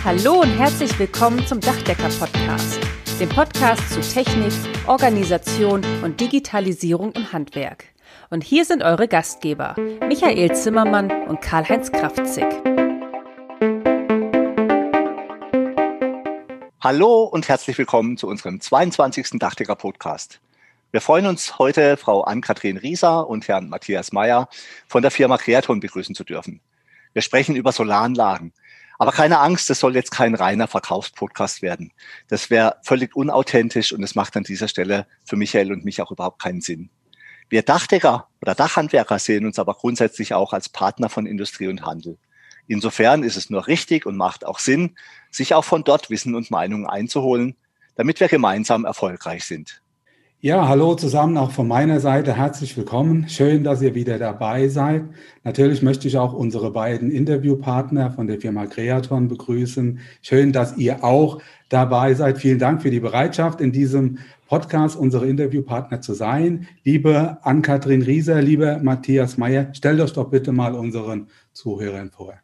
Hallo und herzlich willkommen zum Dachdecker-Podcast, dem Podcast zu Technik, Organisation und Digitalisierung im Handwerk. Und hier sind eure Gastgeber, Michael Zimmermann und Karl-Heinz Kraftzig. Hallo und herzlich willkommen zu unserem 22. Dachdecker-Podcast. Wir freuen uns, heute Frau Ann-Kathrin Rieser und Herrn Matthias Meyer von der Firma Creaton begrüßen zu dürfen. Wir sprechen über Solaranlagen. Aber keine Angst, es soll jetzt kein reiner Verkaufspodcast werden. Das wäre völlig unauthentisch und es macht an dieser Stelle für Michael und mich auch überhaupt keinen Sinn. Wir Dachdecker oder Dachhandwerker sehen uns aber grundsätzlich auch als Partner von Industrie und Handel. Insofern ist es nur richtig und macht auch Sinn, sich auch von dort Wissen und Meinungen einzuholen, damit wir gemeinsam erfolgreich sind. Ja, hallo zusammen, auch von meiner Seite herzlich willkommen. Schön, dass ihr wieder dabei seid. Natürlich möchte ich auch unsere beiden Interviewpartner von der Firma Creaton begrüßen. Schön, dass ihr auch dabei seid. Vielen Dank für die Bereitschaft, in diesem Podcast unsere Interviewpartner zu sein. Liebe Ann-Kathrin Rieser, lieber Matthias Meyer, stellt euch doch bitte mal unseren Zuhörern vor.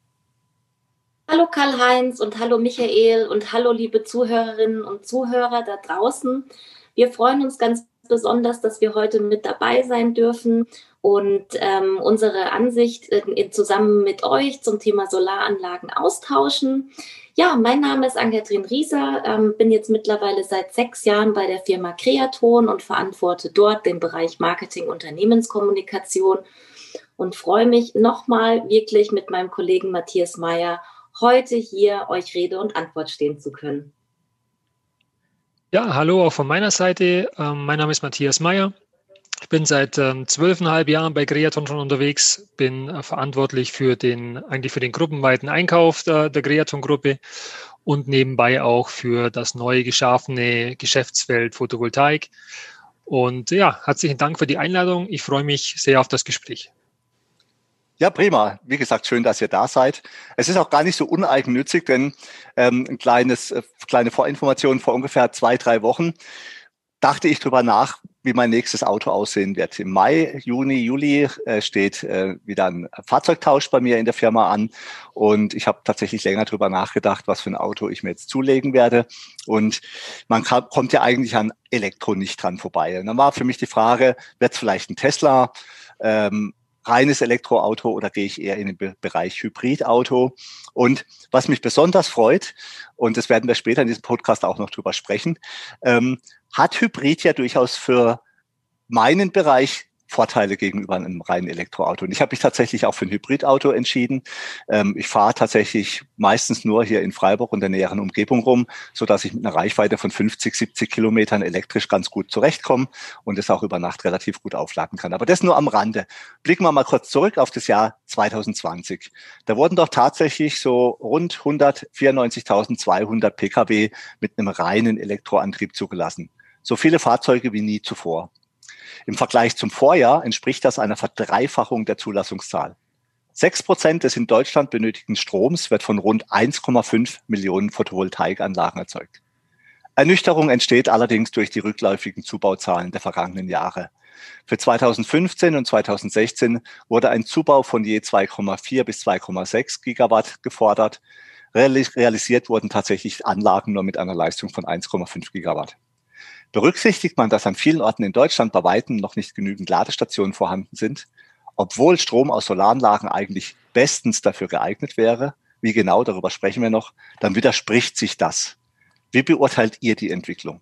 Hallo Karl-Heinz und hallo Michael und hallo liebe Zuhörerinnen und Zuhörer da draußen. Wir freuen uns ganz besonders, dass wir heute mit dabei sein dürfen und unsere Ansicht zusammen mit euch zum Thema Solaranlagen austauschen. Ja, mein Name ist Ann-Kathrin Rieser, bin jetzt mittlerweile seit 6 Jahren bei der Firma Creaton und verantworte dort den Bereich Marketing, Unternehmenskommunikation und freue mich nochmal wirklich mit meinem Kollegen Matthias Meyer heute hier euch Rede und Antwort stehen zu können. Ja, hallo auch von meiner Seite. Mein Name ist Matthias Meyer. Ich bin seit 12,5 Jahren bei Creaton schon unterwegs, bin verantwortlich für den gruppenweiten Einkauf der Creaton-Gruppe und nebenbei auch für das neu geschaffene Geschäftsfeld Photovoltaik. Und ja, herzlichen Dank für die Einladung. Ich freue mich sehr auf das Gespräch. Ja, prima. Wie gesagt, schön, dass ihr da seid. Es ist auch gar nicht so uneigennützig, denn kleine Vorinformation: vor ungefähr 2-3 Wochen dachte ich drüber nach, wie mein nächstes Auto aussehen wird. Im Mai, Juni, Juli steht wieder ein Fahrzeugtausch bei mir in der Firma an und ich habe tatsächlich länger drüber nachgedacht, was für ein Auto ich mir jetzt zulegen werde. Und man kommt ja eigentlich an Elektro nicht dran vorbei. Und dann war für mich die Frage, wird es vielleicht ein Tesla, reines Elektroauto oder gehe ich eher in den Bereich Hybridauto? Und was mich besonders freut, und das werden wir später in diesem Podcast auch noch drüber sprechen, hat Hybrid ja durchaus für meinen Bereich Vorteile gegenüber einem reinen Elektroauto. Und ich habe mich tatsächlich auch für ein Hybridauto entschieden. Ich fahre tatsächlich meistens nur hier in Freiburg und der näheren Umgebung rum, sodass ich mit einer Reichweite von 50, 70 Kilometern elektrisch ganz gut zurechtkomme und es auch über Nacht relativ gut aufladen kann. Aber das nur am Rande. Blicken wir mal kurz zurück auf das Jahr 2020. Da wurden doch tatsächlich so rund 194.200 Pkw mit einem reinen Elektroantrieb zugelassen. So viele Fahrzeuge wie nie zuvor. Im Vergleich zum Vorjahr entspricht das einer Verdreifachung der Zulassungszahl. 6% des in Deutschland benötigten Stroms wird von rund 1,5 Millionen Photovoltaikanlagen erzeugt. Ernüchterung entsteht allerdings durch die rückläufigen Zubauzahlen der vergangenen Jahre. Für 2015 und 2016 wurde ein Zubau von je 2,4 bis 2,6 Gigawatt gefordert. Realisiert wurden tatsächlich Anlagen nur mit einer Leistung von 1,5 Gigawatt. Berücksichtigt man, dass an vielen Orten in Deutschland bei weitem noch nicht genügend Ladestationen vorhanden sind, obwohl Strom aus Solaranlagen eigentlich bestens dafür geeignet wäre, wie genau, darüber sprechen wir noch, dann widerspricht sich das. Wie beurteilt ihr die Entwicklung?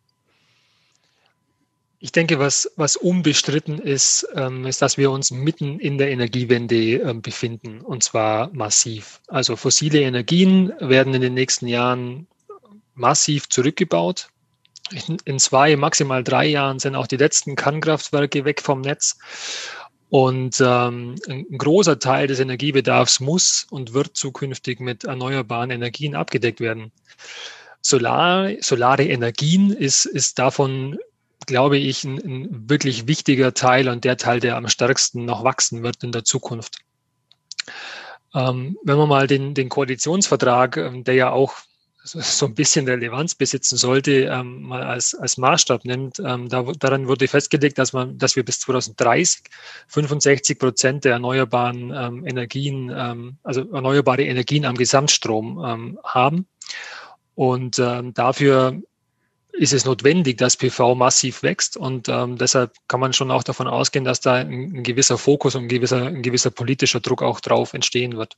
Ich denke, was unbestritten ist, ist, dass wir uns mitten in der Energiewende befinden, und zwar massiv. Also fossile Energien werden in den nächsten Jahren massiv zurückgebaut. In 2, maximal 3 Jahren sind auch die letzten Kernkraftwerke weg vom Netz. Und ein großer Teil des Energiebedarfs muss und wird zukünftig mit erneuerbaren Energien abgedeckt werden. Solare Energien ist davon, glaube ich, ein wirklich wichtiger Teil und der Teil, der am stärksten noch wachsen wird in der Zukunft. Wenn man mal den Koalitionsvertrag, der ja auch so ein bisschen Relevanz besitzen sollte, mal als Maßstab nimmt. Daran wurde festgelegt, dass wir bis 2030 65% der erneuerbaren Energien, also erneuerbare Energien am Gesamtstrom haben. Und dafür ist es notwendig, dass PV massiv wächst, und deshalb kann man schon auch davon ausgehen, dass da ein gewisser Fokus und ein gewisser politischer Druck auch drauf entstehen wird.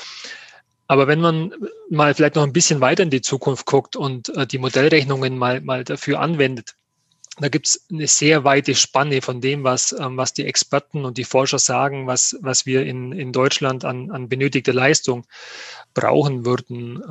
Aber wenn man mal vielleicht noch ein bisschen weiter in die Zukunft guckt und die Modellrechnungen mal dafür anwendet, da gibt es eine sehr weite Spanne von dem, was die Experten und die Forscher sagen, was wir in Deutschland an benötigter Leistung brauchen würden.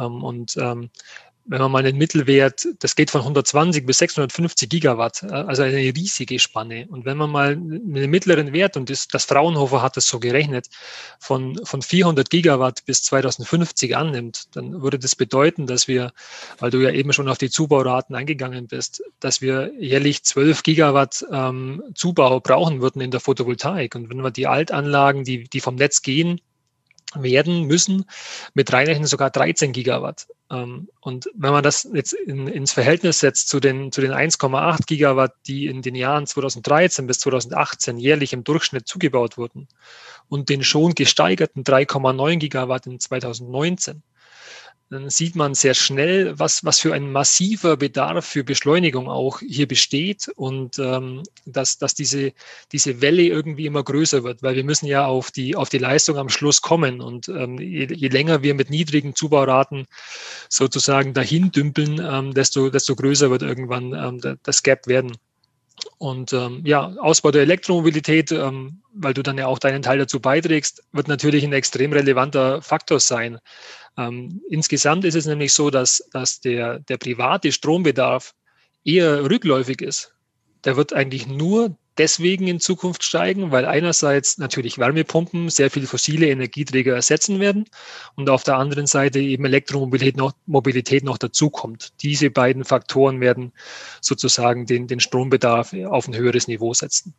Wenn man mal den Mittelwert, das geht von 120 bis 650 Gigawatt, also eine riesige Spanne. Und wenn man mal einen mittleren Wert, und das Fraunhofer hat das so gerechnet, von 400 Gigawatt bis 2050 annimmt, dann würde das bedeuten, dass wir, weil du ja eben schon auf die Zubauraten eingegangen bist, dass wir jährlich 12 Gigawatt Zubau brauchen würden in der Photovoltaik. Und wenn wir die Altanlagen, die vom Netz gehen, werden müssen, mit reinrechnen sogar 13 Gigawatt. Und wenn man das jetzt ins Verhältnis setzt zu den 1,8 Gigawatt, die in den Jahren 2013 bis 2018 jährlich im Durchschnitt zugebaut wurden, und den schon gesteigerten 3,9 Gigawatt in 2019, dann sieht man sehr schnell, was für ein massiver Bedarf für Beschleunigung auch hier besteht, und dass diese Welle irgendwie immer größer wird, weil wir müssen ja auf die Leistung am Schluss kommen, und je länger wir mit niedrigen Zubauraten sozusagen dahin dümpeln, desto größer wird irgendwann das Gap werden. Und Ausbau der Elektromobilität, weil du dann ja auch deinen Teil dazu beiträgst, wird natürlich ein extrem relevanter Faktor sein. Insgesamt ist es nämlich so, dass der private Strombedarf eher rückläufig ist. Der wird eigentlich nur deswegen in Zukunft steigen, weil einerseits natürlich Wärmepumpen sehr viel fossile Energieträger ersetzen werden und auf der anderen Seite eben Elektromobilität noch dazukommt. Diese beiden Faktoren werden sozusagen den Strombedarf auf ein höheres Niveau setzen.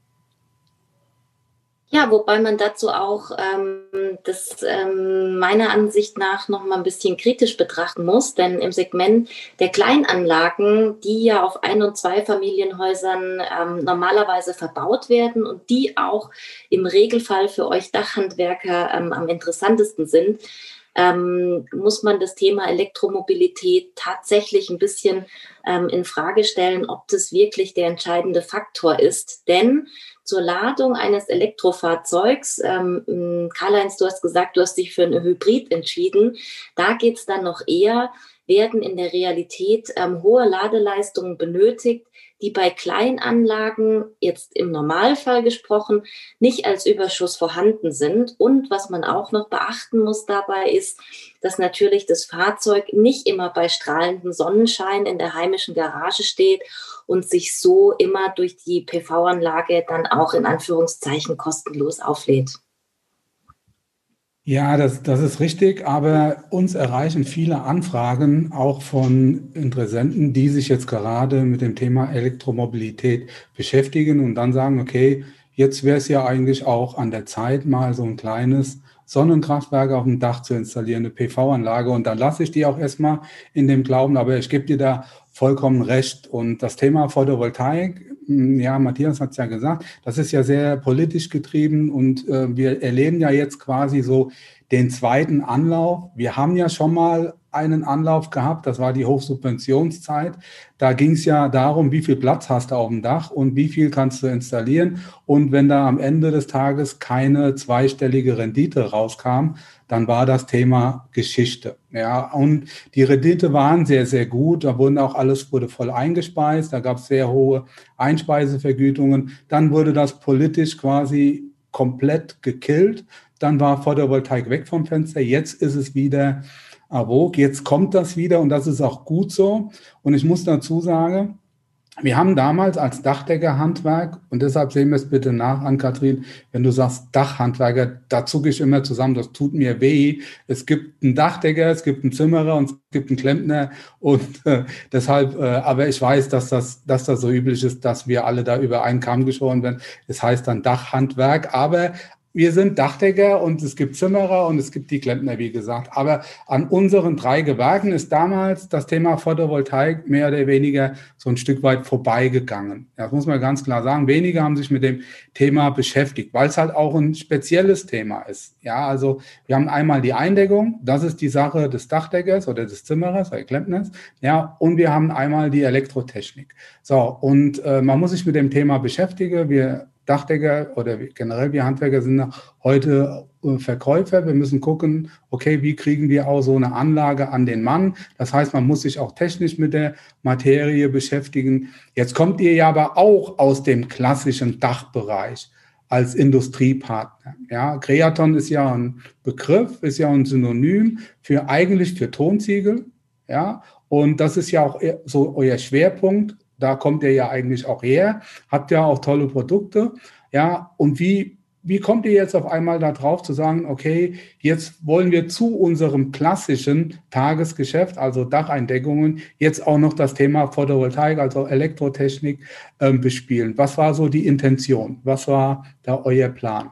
Ja, wobei man dazu auch das meiner Ansicht nach noch mal ein bisschen kritisch betrachten muss, denn im Segment der Kleinanlagen, die ja auf Ein- und Zweifamilienhäusern normalerweise verbaut werden und die auch im Regelfall für euch Dachhandwerker am interessantesten sind, muss man das Thema Elektromobilität tatsächlich ein bisschen in Frage stellen, ob das wirklich der entscheidende Faktor ist. Denn zur Ladung eines Elektrofahrzeugs, Karl-Heinz, du hast gesagt, du hast dich für eine Hybrid entschieden, da geht es dann noch eher, werden in der Realität hohe Ladeleistungen benötigt, die bei Kleinanlagen, jetzt im Normalfall gesprochen, nicht als Überschuss vorhanden sind. Und was man auch noch beachten muss dabei ist, dass natürlich das Fahrzeug nicht immer bei strahlendem Sonnenschein in der heimischen Garage steht und sich so immer durch die PV-Anlage dann auch in Anführungszeichen kostenlos auflädt. Ja, das ist richtig, aber uns erreichen viele Anfragen auch von Interessenten, die sich jetzt gerade mit dem Thema Elektromobilität beschäftigen und dann sagen, okay, jetzt wäre es ja eigentlich auch an der Zeit, mal so ein kleines Sonnenkraftwerk auf dem Dach zu installieren, eine PV-Anlage, und dann lasse ich die auch erstmal in dem Glauben, aber ich gebe dir da vollkommen recht. Und das Thema Photovoltaik, ja, Matthias hat es ja gesagt, das ist ja sehr politisch getrieben, und wir erleben ja jetzt quasi so den zweiten Anlauf. Wir haben ja schon mal einen Anlauf gehabt, das war die Hochsubventionszeit. Da ging es ja darum, wie viel Platz hast du auf dem Dach und wie viel kannst du installieren. Und wenn da am Ende des Tages keine zweistellige Rendite rauskam, dann war das Thema Geschichte. Ja, und die Rendite waren sehr, sehr gut. Da wurde voll eingespeist. Da gab es sehr hohe Einspeisevergütungen. Dann wurde das politisch quasi komplett gekillt. Dann war Photovoltaik weg vom Fenster. Jetzt ist es wieder vogue. Jetzt kommt das wieder, und das ist auch gut so. Und ich muss dazu sagen, wir haben damals als Dachdeckerhandwerk, und deshalb sehen wir es bitte nach, Ann-Kathrin, wenn du sagst Dachhandwerker, da zucke ich immer zusammen, das tut mir weh. Es gibt einen Dachdecker, es gibt einen Zimmerer und es gibt einen Klempner, und deshalb, aber ich weiß, dass das so üblich ist, dass wir alle da über einen Kamm geschoren werden. Das heißt dann Dachhandwerk, aber wir sind Dachdecker und es gibt Zimmerer und es gibt die Klempner, wie gesagt. Aber an unseren 3 Gewerken ist damals das Thema Photovoltaik mehr oder weniger so ein Stück weit vorbeigegangen. Das muss man ganz klar sagen. Wenige haben sich mit dem Thema beschäftigt, weil es halt auch ein spezielles Thema ist. Ja, also wir haben einmal die Eindeckung, das ist die Sache des Dachdeckers oder des Zimmerers oder Klempners. Ja, und wir haben einmal die Elektrotechnik. So, und man muss sich mit dem Thema beschäftigen. Wir Dachdecker oder generell wir Handwerker sind heute Verkäufer. Wir müssen gucken, okay, wie kriegen wir auch so eine Anlage an den Mann? Das heißt, man muss sich auch technisch mit der Materie beschäftigen. Jetzt kommt ihr ja aber auch aus dem klassischen Dachbereich als Industriepartner. Ja, Creaton ist ja ein Begriff, ist ja ein Synonym für eigentlich für Tonziegel. Ja, und das ist ja auch so euer Schwerpunkt. Da kommt ihr ja eigentlich auch her, habt ja auch tolle Produkte. Ja, und wie kommt ihr jetzt auf einmal da drauf zu sagen, okay, jetzt wollen wir zu unserem klassischen Tagesgeschäft, also Dacheindeckungen, jetzt auch noch das Thema Photovoltaik, also Elektrotechnik bespielen? Was war so die Intention? Was war da euer Plan?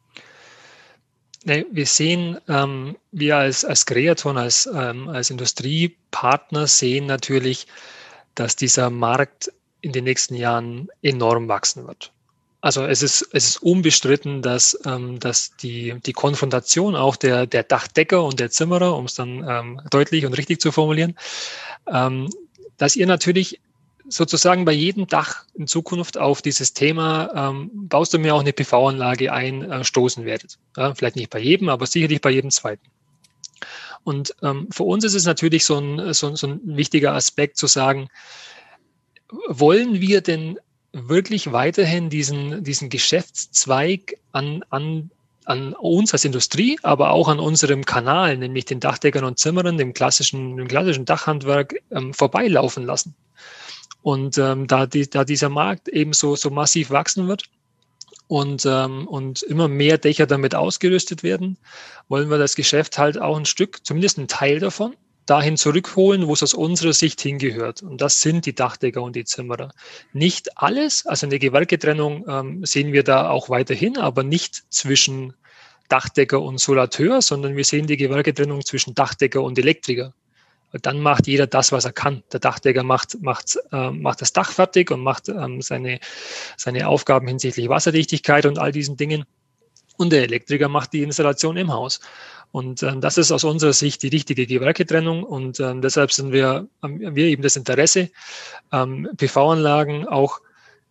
Wir sehen, wir als Creaton, als Industriepartner sehen natürlich, dass dieser Markt in den nächsten Jahren enorm wachsen wird. Also es ist unbestritten, dass die Konfrontation auch der Dachdecker und der Zimmerer, um es dann deutlich und richtig zu formulieren, dass ihr natürlich sozusagen bei jedem Dach in Zukunft auf dieses Thema, baust du mir auch eine PV-Anlage ein, stoßen werdet. Ja, vielleicht nicht bei jedem, aber sicherlich bei jedem zweiten. Und für uns ist es natürlich so ein wichtiger Aspekt zu sagen, wollen wir denn wirklich weiterhin diesen Geschäftszweig an uns als Industrie, aber auch an unserem Kanal, nämlich den Dachdeckern und Zimmerern, dem klassischen Dachhandwerk, vorbeilaufen lassen? Und da dieser Markt eben so massiv wachsen wird, und immer mehr Dächer damit ausgerüstet werden, wollen wir das Geschäft halt auch ein Stück, zumindest einen Teil davon, dahin zurückholen, wo es aus unserer Sicht hingehört. Und das sind die Dachdecker und die Zimmerer. Nicht alles, also eine Gewerketrennung sehen wir da auch weiterhin, aber nicht zwischen Dachdecker und Solateur, sondern wir sehen die Gewerketrennung zwischen Dachdecker und Elektriker. Dann macht jeder das, was er kann. Der Dachdecker macht das Dach fertig und macht seine Aufgaben hinsichtlich Wasserdichtigkeit und all diesen Dingen. Und der Elektriker macht die Installation im Haus. Und das ist aus unserer Sicht die richtige Gewerketrennung. Und deshalb haben wir eben das Interesse, PV-Anlagen auch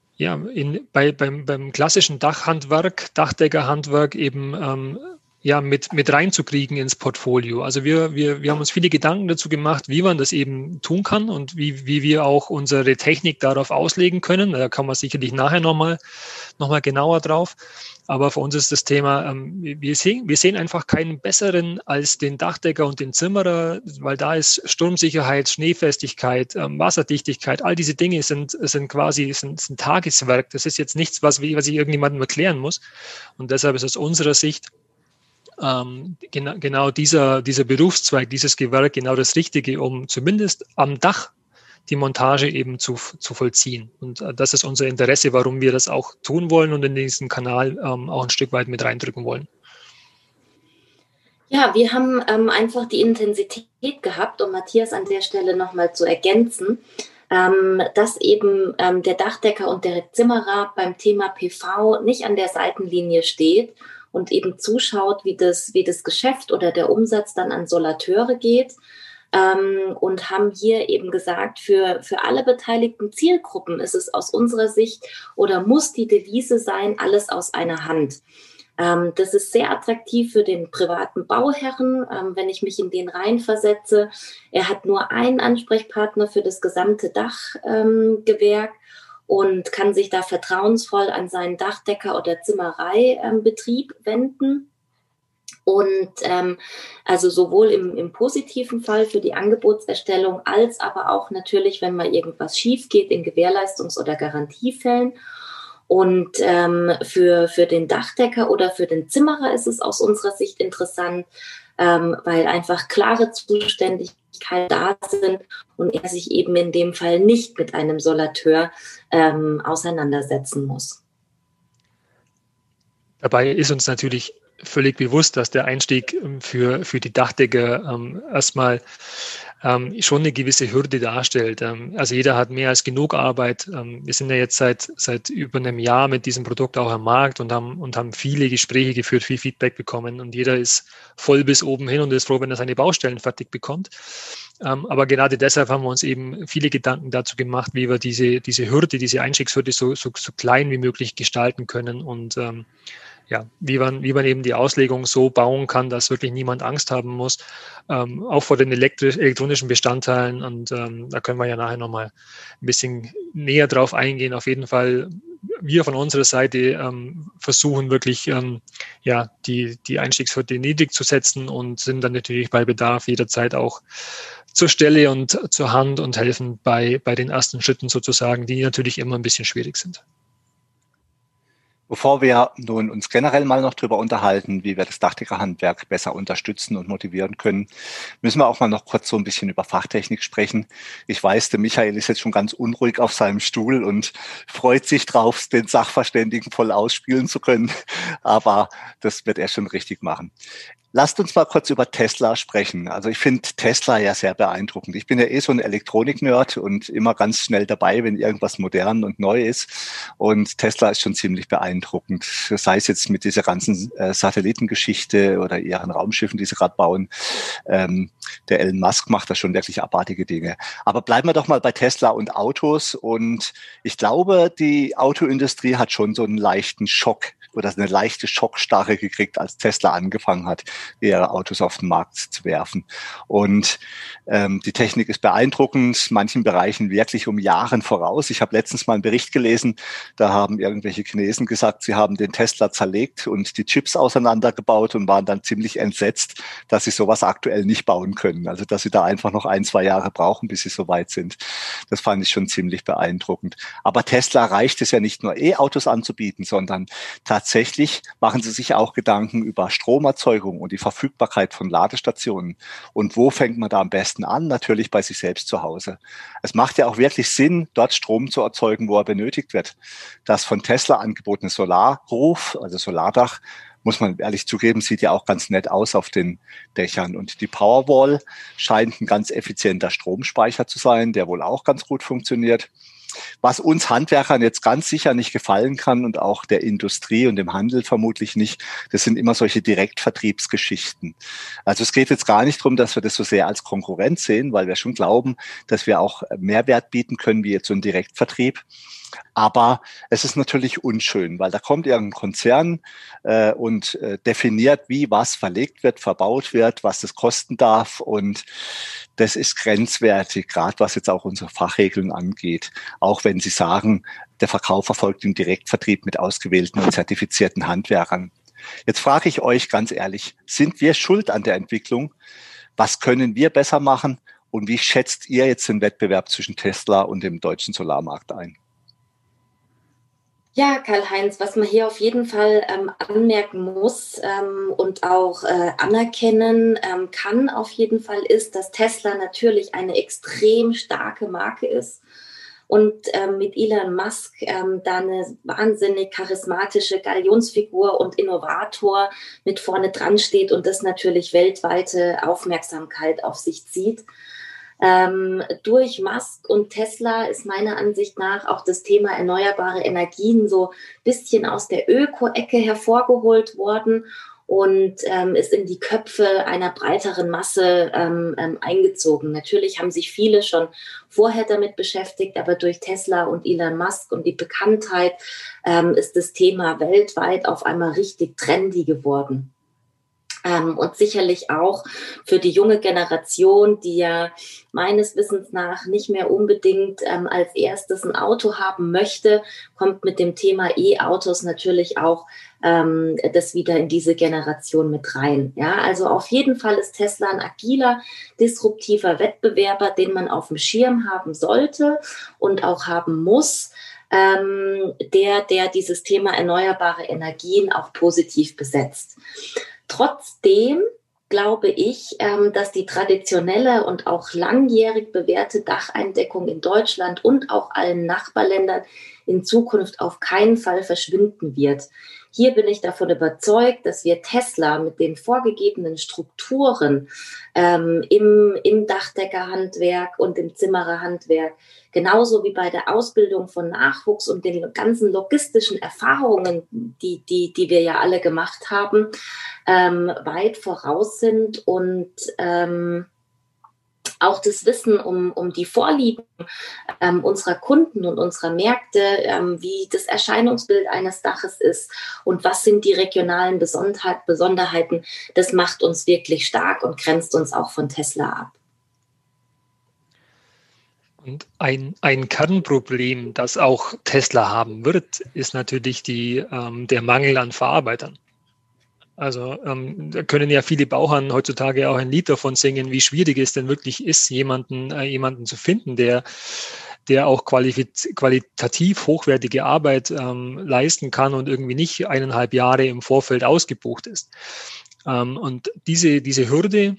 beim klassischen Dachdeckerhandwerk eben mit reinzukriegen ins Portfolio. Also wir haben uns viele Gedanken dazu gemacht, wie man das eben tun kann und wie wir auch unsere Technik darauf auslegen können. Da kann man sicherlich nachher nochmal genauer drauf. Aber für uns ist das Thema, wir sehen einfach keinen besseren als den Dachdecker und den Zimmerer, weil da ist Sturmsicherheit, Schneefestigkeit, Wasserdichtigkeit, all diese Dinge sind quasi ein Tageswerk. Das ist jetzt nichts, was ich irgendjemandem erklären muss. Und deshalb ist aus unserer Sicht genau dieser Berufszweig, dieses Gewerk genau das Richtige, um zumindest am Dach die Montage eben zu vollziehen. Und das ist unser Interesse, warum wir das auch tun wollen und in diesen Kanal auch ein Stück weit mit reindrücken wollen. Ja, wir haben einfach die Intensität gehabt, um Matthias an der Stelle nochmal zu ergänzen, dass eben der Dachdecker und der Zimmerer beim Thema PV nicht an der Seitenlinie steht und eben zuschaut, wie das Geschäft oder der Umsatz dann an Solateure geht, und haben hier eben gesagt, für alle beteiligten Zielgruppen ist es aus unserer Sicht oder muss die Devise sein, alles aus einer Hand. Das ist sehr attraktiv für den privaten Bauherren, wenn ich mich in den reinversetze. Er hat nur einen Ansprechpartner für das gesamte Dachgewerk und kann sich da vertrauensvoll an seinen Dachdecker- oder Zimmereibetrieb wenden. Und also sowohl im positiven Fall für die Angebotserstellung als aber auch natürlich, wenn mal irgendwas schief geht, in Gewährleistungs- oder Garantiefällen. Und für den Dachdecker oder für den Zimmerer ist es aus unserer Sicht interessant, weil einfach klare Zuständigkeiten da sind und er sich eben in dem Fall nicht mit einem Solateur auseinandersetzen muss. Dabei ist uns natürlich völlig bewusst, dass der Einstieg für die Dachdecker erstmal schon eine gewisse Hürde darstellt. Also jeder hat mehr als genug Arbeit. Wir sind ja jetzt seit über einem Jahr mit diesem Produkt auch am Markt und haben viele Gespräche geführt, viel Feedback bekommen und jeder ist voll bis oben hin und ist froh, wenn er seine Baustellen fertig bekommt. Aber gerade deshalb haben wir uns eben viele Gedanken dazu gemacht, wie wir diese Hürde, diese Einstiegshürde so klein wie möglich gestalten können und wie man eben die Auslegung so bauen kann, dass wirklich niemand Angst haben muss, auch vor den elektronischen Bestandteilen. Und da können wir ja nachher nochmal ein bisschen näher drauf eingehen. Auf jeden Fall, wir von unserer Seite versuchen wirklich, die Einstiegshürde niedrig zu setzen und sind dann natürlich bei Bedarf jederzeit auch zur Stelle und zur Hand und helfen bei den ersten Schritten sozusagen, die natürlich immer ein bisschen schwierig sind. Bevor wir nun uns generell mal noch darüber unterhalten, wie wir das Dachdeckerhandwerk besser unterstützen und motivieren können, müssen wir auch mal noch kurz so ein bisschen über Fachtechnik sprechen. Ich weiß, der Michael ist jetzt schon ganz unruhig auf seinem Stuhl und freut sich drauf, den Sachverständigen voll ausspielen zu können, aber das wird er schon richtig machen. Lasst uns mal kurz über Tesla sprechen. Also ich finde Tesla ja sehr beeindruckend. Ich bin ja so ein Elektronik-Nerd und immer ganz schnell dabei, wenn irgendwas modern und neu ist. Und Tesla ist schon ziemlich beeindruckend. Sei es jetzt mit dieser ganzen Satellitengeschichte oder ihren Raumschiffen, die sie gerade bauen. Der Elon Musk macht da schon wirklich abartige Dinge. Aber bleiben wir doch mal bei Tesla und Autos. Und ich glaube, die Autoindustrie hat schon so einen leichten Schock oder eine leichte Schockstarre gekriegt, als Tesla angefangen hat, ihre Autos auf den Markt zu werfen. Und die Technik ist beeindruckend, manchen Bereichen wirklich um Jahren voraus. Ich habe letztens mal einen Bericht gelesen, da haben irgendwelche Chinesen gesagt, sie haben den Tesla zerlegt und die Chips auseinandergebaut und waren dann ziemlich entsetzt, dass sie sowas aktuell nicht bauen können. Also dass sie da einfach noch 1-2 Jahre brauchen, bis sie so weit sind. Das fand ich schon ziemlich beeindruckend. Aber Tesla reicht es ja nicht nur E-Autos anzubieten, sondern tatsächlich machen sie sich auch Gedanken über Stromerzeugung und die Verfügbarkeit von Ladestationen. Und wo fängt man da am besten an? Natürlich bei sich selbst zu Hause. Es macht ja auch wirklich Sinn, dort Strom zu erzeugen, wo er benötigt wird. Das von Tesla angebotene Solarruf, also Solardach, muss man ehrlich zugeben, sieht ja auch ganz nett aus auf den Dächern. Und die Powerwall scheint ein ganz effizienter Stromspeicher zu sein, der wohl auch ganz gut funktioniert. Was uns Handwerkern jetzt ganz sicher nicht gefallen kann und auch der Industrie und dem Handel vermutlich nicht, das sind immer solche Direktvertriebsgeschichten. Also es geht jetzt gar nicht darum, dass wir das so sehr als Konkurrenz sehen, weil wir schon glauben, dass wir auch Mehrwert bieten können, wie jetzt so ein Direktvertrieb. Aber es ist natürlich unschön, weil da kommt irgendein Konzern und definiert, wie was verlegt wird, verbaut wird, was das kosten darf. Und das ist grenzwertig, gerade was jetzt auch unsere Fachregeln angeht. Auch wenn Sie sagen, der Verkauf erfolgt im Direktvertrieb mit ausgewählten und zertifizierten Handwerkern. Jetzt frage ich euch ganz ehrlich, sind wir schuld an der Entwicklung? Was können wir besser machen? Und wie schätzt ihr jetzt den Wettbewerb zwischen Tesla und dem deutschen Solarmarkt ein? Ja, Karl-Heinz, was man hier auf jeden Fall anmerken muss und auch anerkennen kann auf jeden Fall ist, dass Tesla natürlich eine extrem starke Marke ist und mit Elon Musk da eine wahnsinnig charismatische Galionsfigur und Innovator mit vorne dran steht und das natürlich weltweite Aufmerksamkeit auf sich zieht. Durch Musk und Tesla ist meiner Ansicht nach auch das Thema erneuerbare Energien so ein bisschen aus der Öko-Ecke hervorgeholt worden und ist in die Köpfe einer breiteren Masse eingezogen. Natürlich haben sich viele schon vorher damit beschäftigt, aber durch Tesla und Elon Musk und die Bekanntheit ist das Thema weltweit auf einmal richtig trendy geworden. Und sicherlich auch für die junge Generation, die ja meines Wissens nach nicht mehr unbedingt als erstes ein Auto haben möchte, kommt mit dem Thema E-Autos natürlich auch das wieder in diese Generation mit rein. Ja, also auf jeden Fall ist Tesla ein agiler, disruptiver Wettbewerber, den man auf dem Schirm haben sollte und auch haben muss, der dieses Thema erneuerbare Energien auch positiv besetzt. Trotzdem glaube ich, dass die traditionelle und auch langjährig bewährte Dacheindeckung in Deutschland und auch allen Nachbarländern in Zukunft auf keinen Fall verschwinden wird. Hier bin ich davon überzeugt, dass wir Tesla mit den vorgegebenen Strukturen im Dachdeckerhandwerk und im Zimmererhandwerk, genauso wie bei der Ausbildung von Nachwuchs und den ganzen logistischen Erfahrungen, die wir ja alle gemacht haben, weit voraus sind und auch das Wissen um die Vorlieben unserer Kunden und unserer Märkte, wie das Erscheinungsbild eines Daches ist und was sind die regionalen Besonderheiten, das macht uns wirklich stark und grenzt uns auch von Tesla ab. Und ein Kernproblem, das auch Tesla haben wird, ist natürlich der Mangel an Verarbeitern. Also da können ja viele Bauherren heutzutage auch ein Lied davon singen, wie schwierig es denn wirklich ist, jemanden zu finden, der auch qualitativ hochwertige Arbeit leisten kann und irgendwie nicht 1,5 Jahre im Vorfeld ausgebucht ist. Und diese Hürde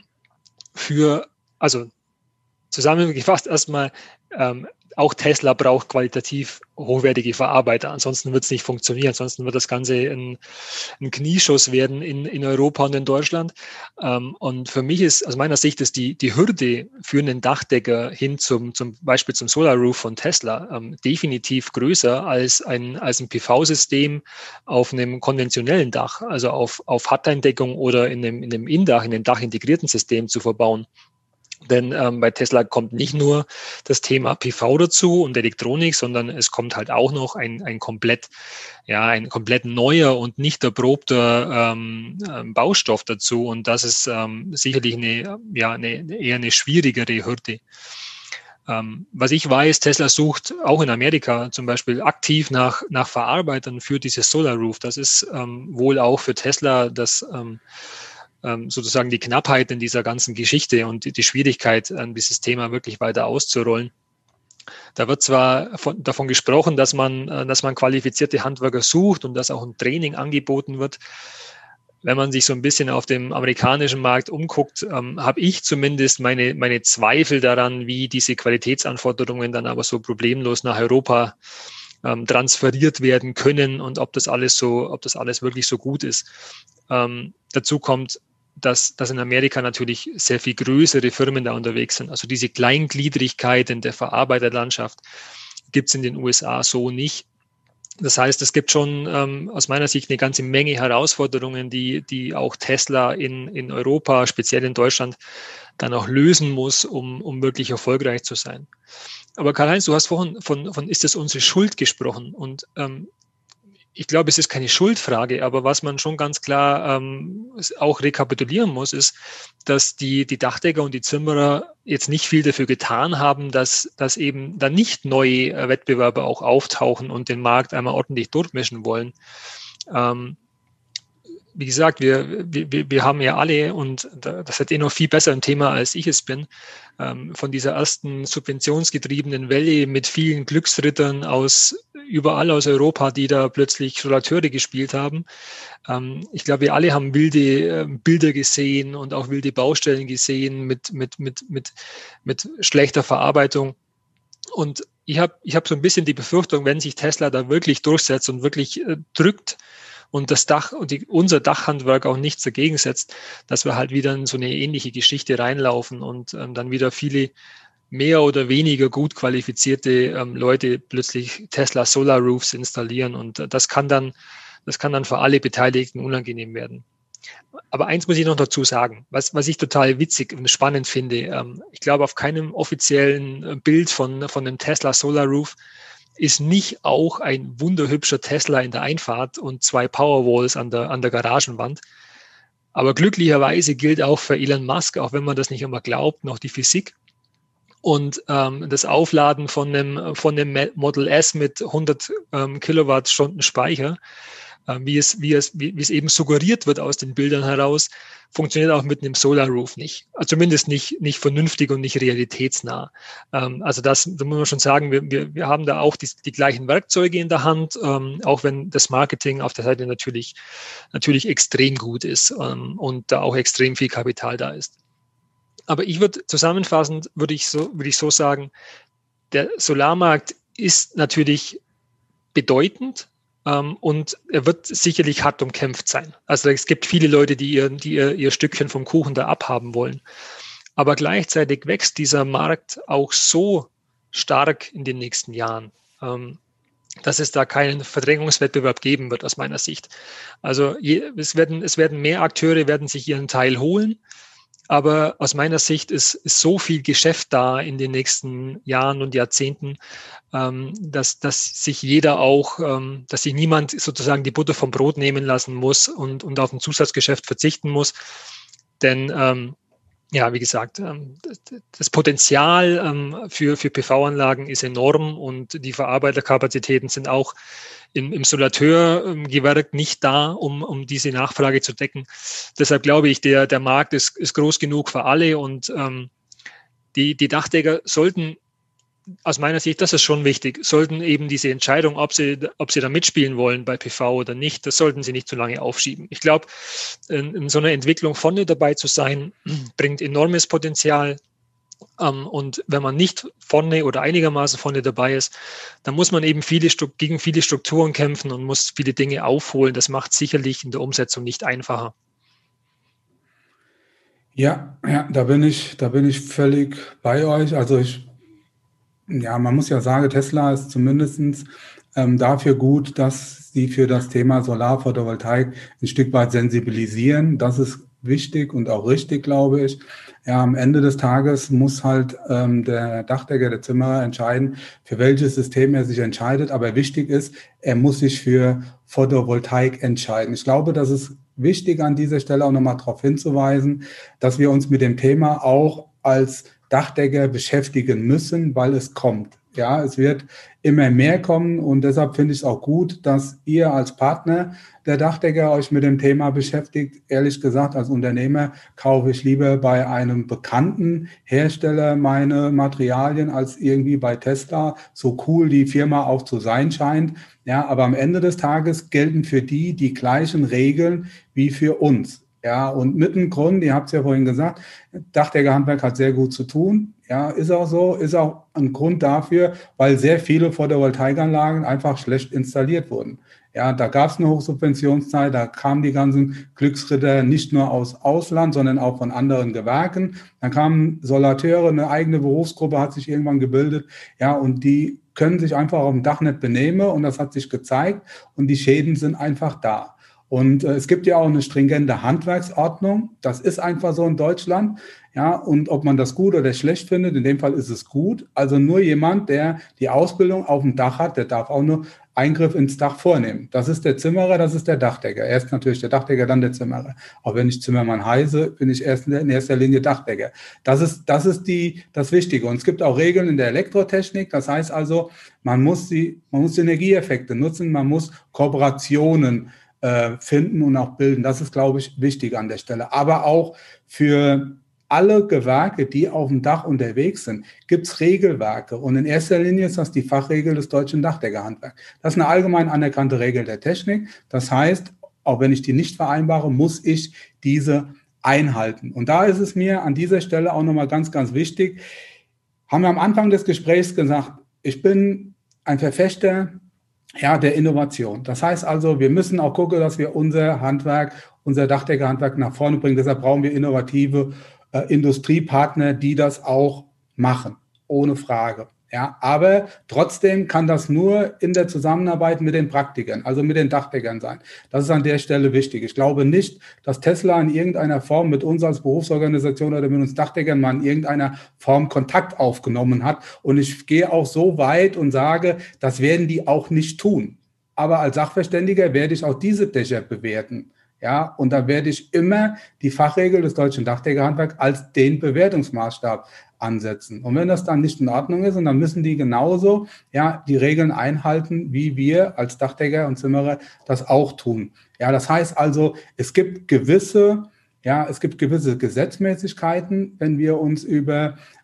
also zusammengefasst erstmal, auch Tesla braucht qualitativ hochwertige Verarbeiter, ansonsten wird es nicht funktionieren, ansonsten wird das Ganze ein Knieschuss werden in Europa und in Deutschland. Und für mich ist, aus meiner Sicht, ist die Hürde für einen Dachdecker hin zum Beispiel zum Solar Roof von Tesla definitiv größer als ein PV-System auf einem konventionellen Dach, also auf Hardline-Deckung oder in einem Indach, in einem dachintegrierten System zu verbauen. Denn bei Tesla kommt nicht nur das Thema PV dazu und Elektronik, sondern es kommt halt auch noch ein komplett neuer und nicht erprobter Baustoff dazu. Und das ist sicherlich eher eine schwierigere Hürde. Was ich weiß, Tesla sucht auch in Amerika zum Beispiel aktiv nach Verarbeitern für dieses Solar Roof. Das ist wohl auch für Tesla sozusagen die Knappheit in dieser ganzen Geschichte und die Schwierigkeit, dieses Thema wirklich weiter auszurollen. Da wird zwar davon gesprochen, dass man qualifizierte Handwerker sucht und dass auch ein Training angeboten wird. Wenn man sich so ein bisschen auf dem amerikanischen Markt umguckt, habe ich zumindest meine Zweifel daran, wie diese Qualitätsanforderungen dann aber so problemlos nach Europa transferiert werden können und ob das alles wirklich so gut ist. Dazu kommt, dass in Amerika natürlich sehr viel größere Firmen da unterwegs sind. Also diese Kleingliedrigkeit in der Verarbeiterlandschaft gibt es in den USA so nicht. Das heißt, es gibt schon aus meiner Sicht eine ganze Menge Herausforderungen, die auch Tesla in Europa, speziell in Deutschland, dann auch lösen muss, um wirklich erfolgreich zu sein. Aber Karl-Heinz, du hast vorhin von ist das unsere Schuld gesprochen und ich glaube, es ist keine Schuldfrage, aber was man schon ganz klar auch rekapitulieren muss, ist, dass die Dachdecker und die Zimmerer jetzt nicht viel dafür getan haben, dass eben da nicht neue Wettbewerber auch auftauchen und den Markt einmal ordentlich durchmischen wollen. Wie gesagt, wir haben ja alle, und das seid ihr noch viel besser ein Thema, als ich es bin, von dieser ersten subventionsgetriebenen Welle mit vielen Glücksrittern überall aus Europa, die da plötzlich Solateure gespielt haben. Ich glaube, wir alle haben wilde Bilder gesehen und auch wilde Baustellen gesehen mit schlechter Verarbeitung. Und ich hab so ein bisschen die Befürchtung, wenn sich Tesla da wirklich durchsetzt und wirklich drückt, und das Dach und unser Dachhandwerk auch nichts dagegen setzt, dass wir halt wieder in so eine ähnliche Geschichte reinlaufen und dann wieder viele mehr oder weniger gut qualifizierte Leute plötzlich Tesla Solar Roofs installieren, und das kann dann für alle Beteiligten unangenehm werden. Aber eins muss ich noch dazu sagen, was ich total witzig und spannend finde. Ich glaube, auf keinem offiziellen Bild von einem Tesla Solar Roof ist nicht auch ein wunderhübscher Tesla in der Einfahrt und 2 Powerwalls an der Garagenwand. Aber glücklicherweise gilt auch für Elon Musk, auch wenn man das nicht immer glaubt, noch die Physik. Und das Aufladen von dem Model S mit 100 Kilowattstunden Speicher, wie es eben suggeriert wird aus den Bildern heraus, funktioniert auch mit einem Solar Roof nicht. Also zumindest nicht vernünftig und nicht realitätsnah. Also da muss man schon sagen, wir haben da auch die gleichen Werkzeuge in der Hand, auch wenn das Marketing auf der Seite natürlich extrem gut ist und da auch extrem viel Kapital da ist. Aber zusammenfassend würde ich so sagen, der Solarmarkt ist natürlich bedeutend. und er wird sicherlich hart umkämpft sein. Also es gibt viele Leute, die ihr Stückchen vom Kuchen da abhaben wollen. Aber gleichzeitig wächst dieser Markt auch so stark in den nächsten Jahren, dass es da keinen Verdrängungswettbewerb geben wird, aus meiner Sicht. Also es werden mehr Akteure, werden sich ihren Teil holen, aber aus meiner Sicht ist so viel Geschäft da in den nächsten Jahren und Jahrzehnten, dass sich jeder auch, dass sich niemand sozusagen die Butter vom Brot nehmen lassen muss und auf ein Zusatzgeschäft verzichten muss. Denn ja, wie gesagt, das Potenzial für PV-Anlagen ist enorm und die Verarbeiterkapazitäten sind auch im Solateurgewerk nicht da, um diese Nachfrage zu decken. Deshalb glaube ich, der Markt ist groß genug für alle und die Dachdecker sollten, aus meiner Sicht, das ist schon wichtig, sollten eben diese Entscheidung, ob sie da mitspielen wollen bei PV oder nicht, das sollten sie nicht zu lange aufschieben. Ich glaube, in so einer Entwicklung vorne dabei zu sein, bringt enormes Potenzial. Und wenn man nicht vorne oder einigermaßen vorne dabei ist, dann muss man eben gegen viele Strukturen kämpfen und muss viele Dinge aufholen. Das macht sicherlich in der Umsetzung nicht einfacher. Ja, da bin ich völlig bei euch. Also man muss ja sagen, Tesla ist zumindest dafür gut, dass sie für das Thema Solar-Photovoltaik ein Stück weit sensibilisieren. Das ist wichtig und auch richtig, glaube ich. Ja, am Ende des Tages muss halt der Dachdecker, der Zimmerer entscheiden, für welches System er sich entscheidet. Aber wichtig ist, er muss sich für Photovoltaik entscheiden. Ich glaube, das ist wichtig, an dieser Stelle auch nochmal darauf hinzuweisen, dass wir uns mit dem Thema auch als Dachdecker beschäftigen müssen, weil es kommt. Ja, es wird immer mehr kommen und deshalb finde ich es auch gut, dass ihr als Partner der Dachdecker euch mit dem Thema beschäftigt. Ehrlich gesagt, als Unternehmer kaufe ich lieber bei einem bekannten Hersteller meine Materialien als irgendwie bei Tesla, so cool die Firma auch zu sein scheint. Ja, aber am Ende des Tages gelten für die gleichen Regeln wie für uns. Ja, und mit dem Grund, ihr habt es ja vorhin gesagt, Dachdeckerhandwerk hat sehr gut zu tun. Ja, ist auch so, ist auch ein Grund dafür, weil sehr viele Photovoltaikanlagen einfach schlecht installiert wurden. Ja, da gab es eine Hochsubventionszeit, da kamen die ganzen Glücksritter nicht nur aus Ausland, sondern auch von anderen Gewerken. Dann kamen Solateure, eine eigene Berufsgruppe hat sich irgendwann gebildet. Ja, und die können sich einfach auf dem Dach nicht benehmen und das hat sich gezeigt und die Schäden sind einfach da. Und es gibt ja auch eine stringente Handwerksordnung. Das ist einfach so in Deutschland. Ja, und ob man das gut oder schlecht findet, in dem Fall ist es gut. Also nur jemand, der die Ausbildung auf dem Dach hat, der darf auch nur Eingriff ins Dach vornehmen. Das ist der Zimmerer, das ist der Dachdecker. Erst natürlich der Dachdecker, dann der Zimmerer. Auch wenn ich Zimmermann heiße, bin ich erst in erster Linie Dachdecker. Das ist das Wichtige. Und es gibt auch Regeln in der Elektrotechnik. Das heißt also, man muss Synergieeffekte nutzen, man muss Kooperationen finden und auch bilden. Das ist, glaube ich, wichtig an der Stelle. Aber auch für alle Gewerke, die auf dem Dach unterwegs sind, gibt es Regelwerke. Und in erster Linie ist das die Fachregel des deutschen Dachdeckerhandwerks. Das ist eine allgemein anerkannte Regel der Technik. Das heißt, auch wenn ich die nicht vereinbare, muss ich diese einhalten. Und da ist es mir an dieser Stelle auch nochmal ganz, ganz wichtig. Haben wir am Anfang des Gesprächs gesagt, ich bin ein Verfechter der Innovation. Das heißt also, wir müssen auch gucken, dass wir unser Handwerk, unser Dachdeckerhandwerk nach vorne bringen. Deshalb brauchen wir innovative Industriepartner, die das auch machen, ohne Frage. Ja, aber trotzdem kann das nur in der Zusammenarbeit mit den Praktikern, also mit den Dachdeckern sein. Das ist an der Stelle wichtig. Ich glaube nicht, dass Tesla in irgendeiner Form mit uns als Berufsorganisation oder mit uns Dachdeckern mal in irgendeiner Form Kontakt aufgenommen hat. Und ich gehe auch so weit und sage, das werden die auch nicht tun. Aber als Sachverständiger werde ich auch diese Dächer bewerten. Ja, und da werde ich immer die Fachregel des deutschen Dachdeckerhandwerks als den Bewertungsmaßstab ansetzen. Und wenn das dann nicht in Ordnung ist, und dann müssen die genauso die Regeln einhalten, wie wir als Dachdecker und Zimmerer das auch tun. Ja, das heißt also, es gibt gewisse Gesetzmäßigkeiten, wenn wir uns über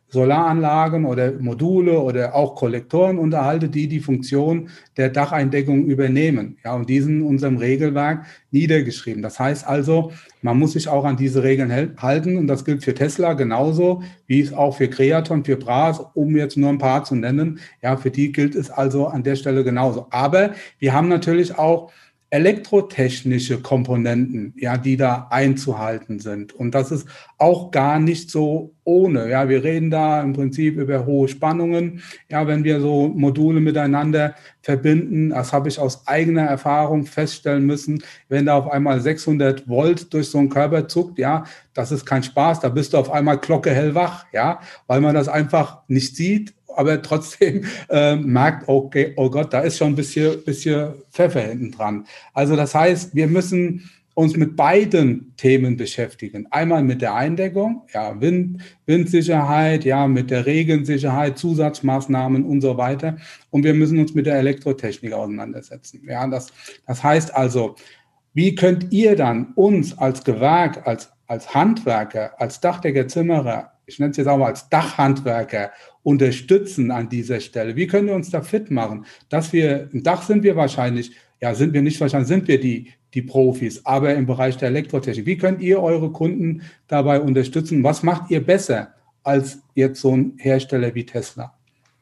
Solaranlagen oder Module oder auch Kollektoren unterhalte, die die Funktion der Dacheindeckung übernehmen. Ja, und die sind in unserem Regelwerk niedergeschrieben. Das heißt also, man muss sich auch an diese Regeln halten und das gilt für Tesla genauso, wie es auch für Creaton, für Braas, um jetzt nur ein paar zu nennen. Ja, für die gilt es also an der Stelle genauso. Aber wir haben natürlich auch elektrotechnische Komponenten, ja, die da einzuhalten sind. Und das ist auch gar nicht so ohne. Ja, wir reden da im Prinzip über hohe Spannungen. Ja, wenn wir so Module miteinander verbinden, das habe ich aus eigener Erfahrung feststellen müssen, wenn da auf einmal 600 Volt durch so einen Körper zuckt, ja, das ist kein Spaß. Da bist du auf einmal glockehellwach, ja, weil man das einfach nicht sieht, aber trotzdem merkt, okay, oh Gott, da ist schon ein bisschen Pfeffer hinten dran. Also das heißt, wir müssen uns mit beiden Themen beschäftigen. Einmal mit der Eindeckung, ja, Windsicherheit, ja, mit der Regensicherheit, Zusatzmaßnahmen und so weiter. Und wir müssen uns mit der Elektrotechnik auseinandersetzen. Ja, das heißt also, wie könnt ihr dann uns als Gewerk, als Handwerker, als Dachdecker, Zimmerer, ich nenne es jetzt auch mal als Dachhandwerker, unterstützen an dieser Stelle? Wie können wir uns da fit machen? Dass wir, im Dach sind wir wahrscheinlich, ja, sind wir nicht wahrscheinlich, sind wir die Profis, aber im Bereich der Elektrotechnik. Wie könnt ihr eure Kunden dabei unterstützen? Was macht ihr besser als jetzt so ein Hersteller wie Tesla?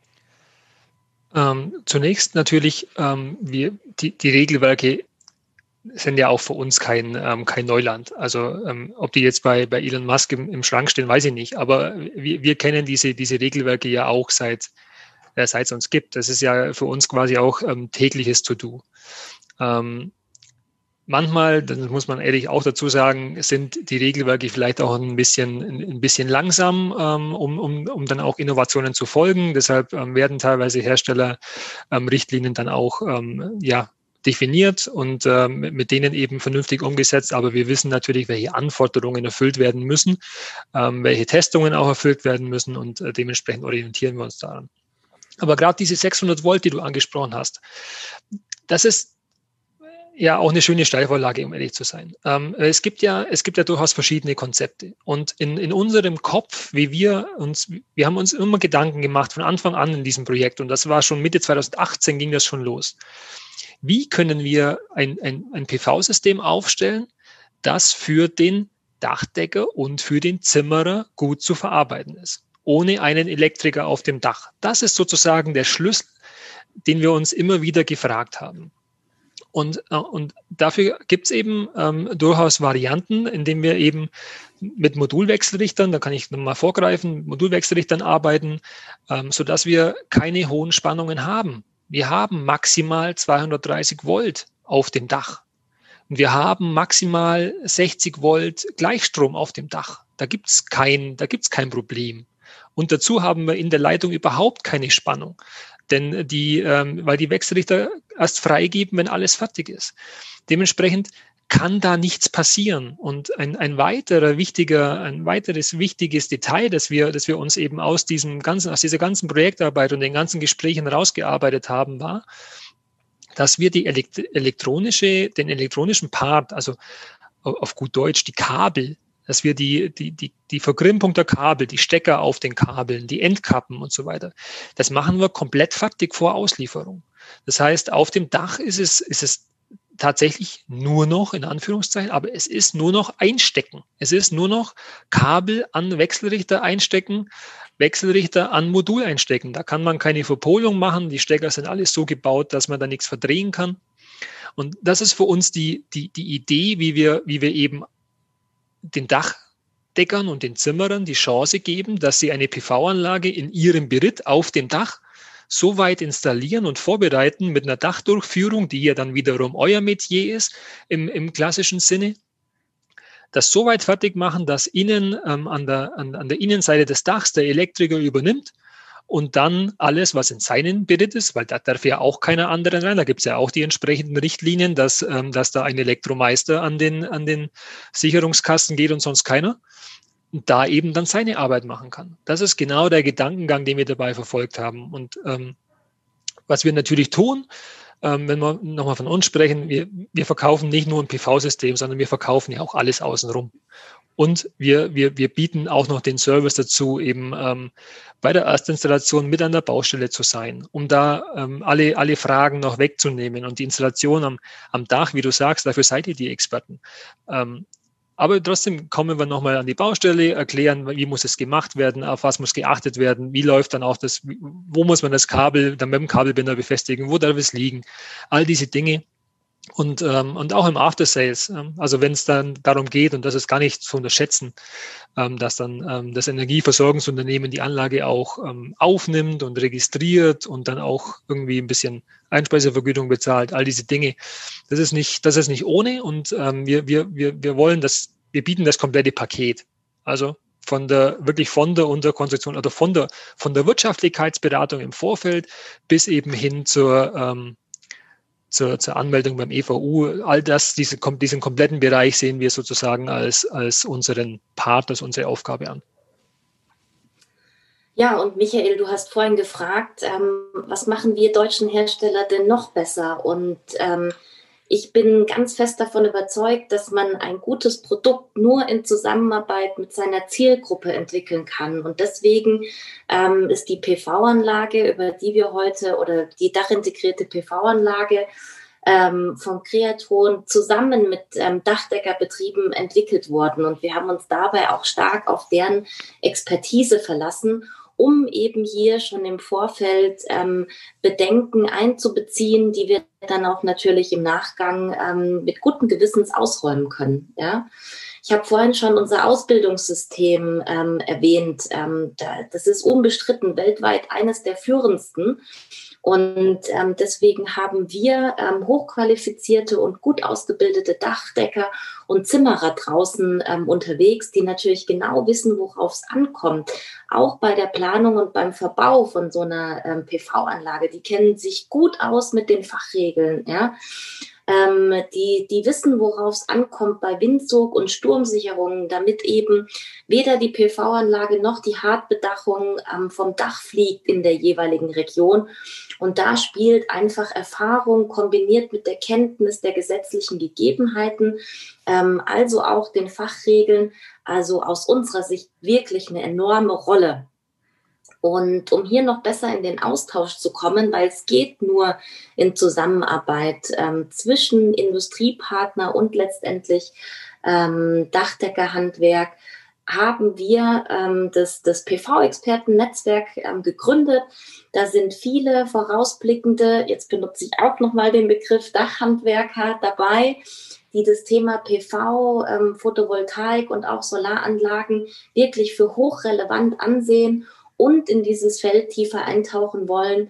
Zunächst natürlich, die Regelwerke sind ja auch für uns kein Neuland. Also ob die jetzt bei Elon Musk im Schrank stehen, weiß ich nicht. Aber wir kennen diese Regelwerke ja auch seit es uns gibt. Das ist ja für uns quasi auch tägliches To-Do. Manchmal, das muss man ehrlich auch dazu sagen, sind die Regelwerke vielleicht auch ein bisschen langsam, um dann auch Innovationen zu folgen. Deshalb werden teilweise Hersteller Richtlinien dann auch definiert und mit denen eben vernünftig umgesetzt. Aber wir wissen natürlich, welche Anforderungen erfüllt werden müssen, welche Testungen auch erfüllt werden müssen und dementsprechend orientieren wir uns daran. Aber gerade diese 600 Volt, die du angesprochen hast, das ist ja auch eine schöne Steilvorlage, um ehrlich zu sein. Es gibt ja durchaus verschiedene Konzepte. Und in unserem Kopf, wir haben uns immer Gedanken gemacht von Anfang an in diesem Projekt. Und das war schon Mitte 2018 ging das schon los. Wie können wir ein PV-System aufstellen, das für den Dachdecker und für den Zimmerer gut zu verarbeiten ist, ohne einen Elektriker auf dem Dach? Das ist sozusagen der Schlüssel, den wir uns immer wieder gefragt haben. Und dafür gibt es eben durchaus Varianten, indem wir eben mit Modulwechselrichtern, da kann ich nochmal vorgreifen, Modulwechselrichtern arbeiten, sodass wir keine hohen Spannungen haben. Wir haben maximal 230 Volt auf dem Dach. Und wir haben maximal 60 Volt Gleichstrom auf dem Dach. Da gibt's kein Problem. Und dazu haben wir in der Leitung überhaupt keine Spannung. Denn weil die Wechselrichter erst freigeben, wenn alles fertig ist. Dementsprechend kann da nichts passieren. Und ein weiteres wichtiges Detail, das wir uns eben aus dieser ganzen Projektarbeit und den ganzen Gesprächen rausgearbeitet haben, war, dass wir den elektronischen Part, also auf gut Deutsch die Kabel, dass wir die Verkrimpung der Kabel, die Stecker auf den Kabeln, die Endkappen und so weiter, das machen wir komplett fertig vor Auslieferung. Das heißt, auf dem Dach ist es tatsächlich nur noch, in Anführungszeichen, aber es ist nur noch einstecken. Es ist nur noch Kabel an Wechselrichter einstecken, Wechselrichter an Modul einstecken. Da kann man keine Verpolung machen. Die Stecker sind alles so gebaut, dass man da nichts verdrehen kann. Und das ist für uns die Idee, wie wir eben den Dachdeckern und den Zimmerern die Chance geben, dass sie eine PV-Anlage in ihrem Beritt auf dem Dach so weit installieren und vorbereiten mit einer Dachdurchführung, die ja dann wiederum euer Metier ist im klassischen Sinne, das so weit fertig machen, dass innen an der Innenseite des Dachs der Elektriker übernimmt und dann alles, was in seinem Beritt ist, weil da darf ja auch keiner anderen rein, da gibt es ja auch die entsprechenden Richtlinien, dass da ein Elektromeister an den Sicherungskasten geht und sonst keiner, und da eben dann seine Arbeit machen kann. Das ist genau der Gedankengang, den wir dabei verfolgt haben. Und was wir natürlich tun, wenn wir nochmal von uns sprechen, wir verkaufen nicht nur ein PV-System, sondern wir verkaufen ja auch alles außenrum. Und wir bieten auch noch den Service dazu, eben bei der Erstinstallation mit an der Baustelle zu sein, um da alle Fragen noch wegzunehmen. Und die Installation am Dach, wie du sagst, dafür seid ihr die Experten. Aber trotzdem kommen wir nochmal an die Baustelle, erklären, wie muss es gemacht werden, auf was muss geachtet werden, wie läuft dann auch wo muss man das Kabel dann mit dem Kabelbinder befestigen, wo darf es liegen, all diese Dinge. Und auch im After Sales, also wenn es dann darum geht, und das ist gar nicht zu unterschätzen, dass dann das Energieversorgungsunternehmen die Anlage auch aufnimmt und registriert und dann auch irgendwie ein bisschen Einspeisevergütung bezahlt, all diese Dinge. Das ist nicht ohne, und wir bieten das komplette Paket. Also von der Unterkonstruktion oder von der Wirtschaftlichkeitsberatung im Vorfeld bis eben hin zur Anmeldung beim EVU, all das, diesen kompletten Bereich sehen wir sozusagen als unseren Part, als unsere Aufgabe an. Ja, und Michael, du hast vorhin gefragt, was machen wir deutschen Hersteller denn noch besser? Und ich bin ganz fest davon überzeugt, dass man ein gutes Produkt nur in Zusammenarbeit mit seiner Zielgruppe entwickeln kann. Und deswegen ist die PV-Anlage, über die wir heute, oder die dachintegrierte PV-Anlage vom Creatron zusammen mit Dachdeckerbetrieben entwickelt worden. Und wir haben uns dabei auch stark auf deren Expertise verlassen, um eben hier schon im Vorfeld Bedenken einzubeziehen, die wir dann auch natürlich im Nachgang mit gutem Gewissens ausräumen können. Ja? Ich habe vorhin schon unser Ausbildungssystem erwähnt. Das ist unbestritten weltweit eines der führendsten. Und deswegen haben wir hochqualifizierte und gut ausgebildete Dachdecker und Zimmerer draußen unterwegs, die natürlich genau wissen, worauf es ankommt. Auch bei der Planung und beim Verbau von so einer PV-Anlage. Die kennen sich gut aus mit den Fachregeln, ja. Die wissen, worauf es ankommt bei Windsog- und Sturmsicherungen, damit eben weder die PV-Anlage noch die Hartbedachung vom Dach fliegt in der jeweiligen Region. Und da spielt einfach Erfahrung kombiniert mit der Kenntnis der gesetzlichen Gegebenheiten, also auch den Fachregeln, also aus unserer Sicht wirklich eine enorme Rolle. Und um hier noch besser in den Austausch zu kommen, weil es geht nur in Zusammenarbeit zwischen Industriepartner und letztendlich Dachdeckerhandwerk, haben wir das PV-Experten-Netzwerk gegründet. Da sind viele vorausblickende, jetzt benutze ich auch nochmal den Begriff Dachhandwerker dabei, die das Thema PV, Photovoltaik und auch Solaranlagen wirklich für hochrelevant ansehen und in dieses Feld tiefer eintauchen wollen.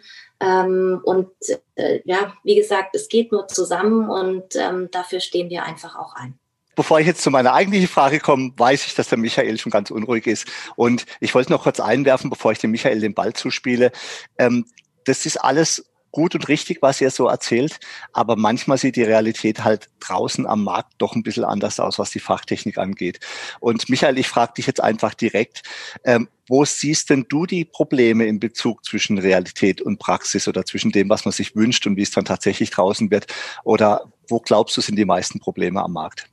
Wie gesagt, es geht nur zusammen, und dafür stehen wir einfach auch ein. Bevor ich jetzt zu meiner eigentlichen Frage komme, weiß ich, dass der Michael schon ganz unruhig ist. Und ich wollte noch kurz einwerfen, bevor ich dem Michael den Ball zuspiele. Das ist alles gut und richtig, was ihr so erzählt, aber manchmal sieht die Realität halt draußen am Markt doch ein bisschen anders aus, was die Fachtechnik angeht. Und Michael, ich frage dich jetzt einfach direkt, wo siehst denn du die Probleme in Bezug zwischen Realität und Praxis oder zwischen dem, was man sich wünscht und wie es dann tatsächlich draußen wird? Oder wo glaubst du, sind die meisten Probleme am Markt?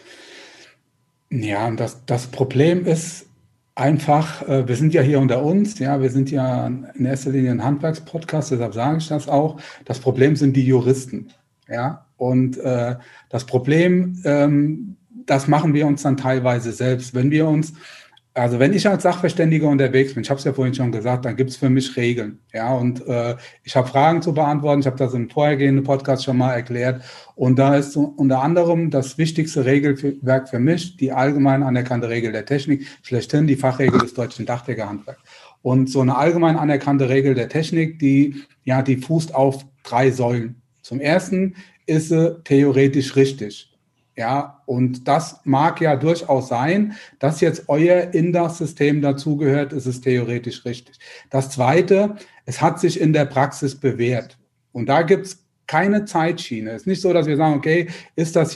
Ja, das Problem ist einfach, wir sind ja hier unter uns, ja, wir sind ja in erster Linie ein Handwerkspodcast, deshalb sage ich das auch. Das Problem sind die Juristen, ja, und das Problem, das machen wir uns dann teilweise selbst, wenn ich als Sachverständiger unterwegs bin, ich habe es ja vorhin schon gesagt, dann gibt es für mich Regeln, ja, und ich habe Fragen zu beantworten, ich habe das im vorhergehenden Podcast schon mal erklärt, und da ist unter anderem das wichtigste Regelwerk für mich die allgemein anerkannte Regel der Technik, schlechthin die Fachregel des deutschen Dachdeckerhandwerks. Und so eine allgemein anerkannte Regel der Technik, die fußt auf 3 Säulen. Zum ersten ist sie theoretisch richtig. Ja, und das mag ja durchaus sein, dass jetzt euer Indach-System dazugehört, ist es theoretisch richtig. Das zweite, es hat sich in der Praxis bewährt. Und da gibt es keine Zeitschiene. Es ist nicht so, dass wir sagen, okay, ist das jetzt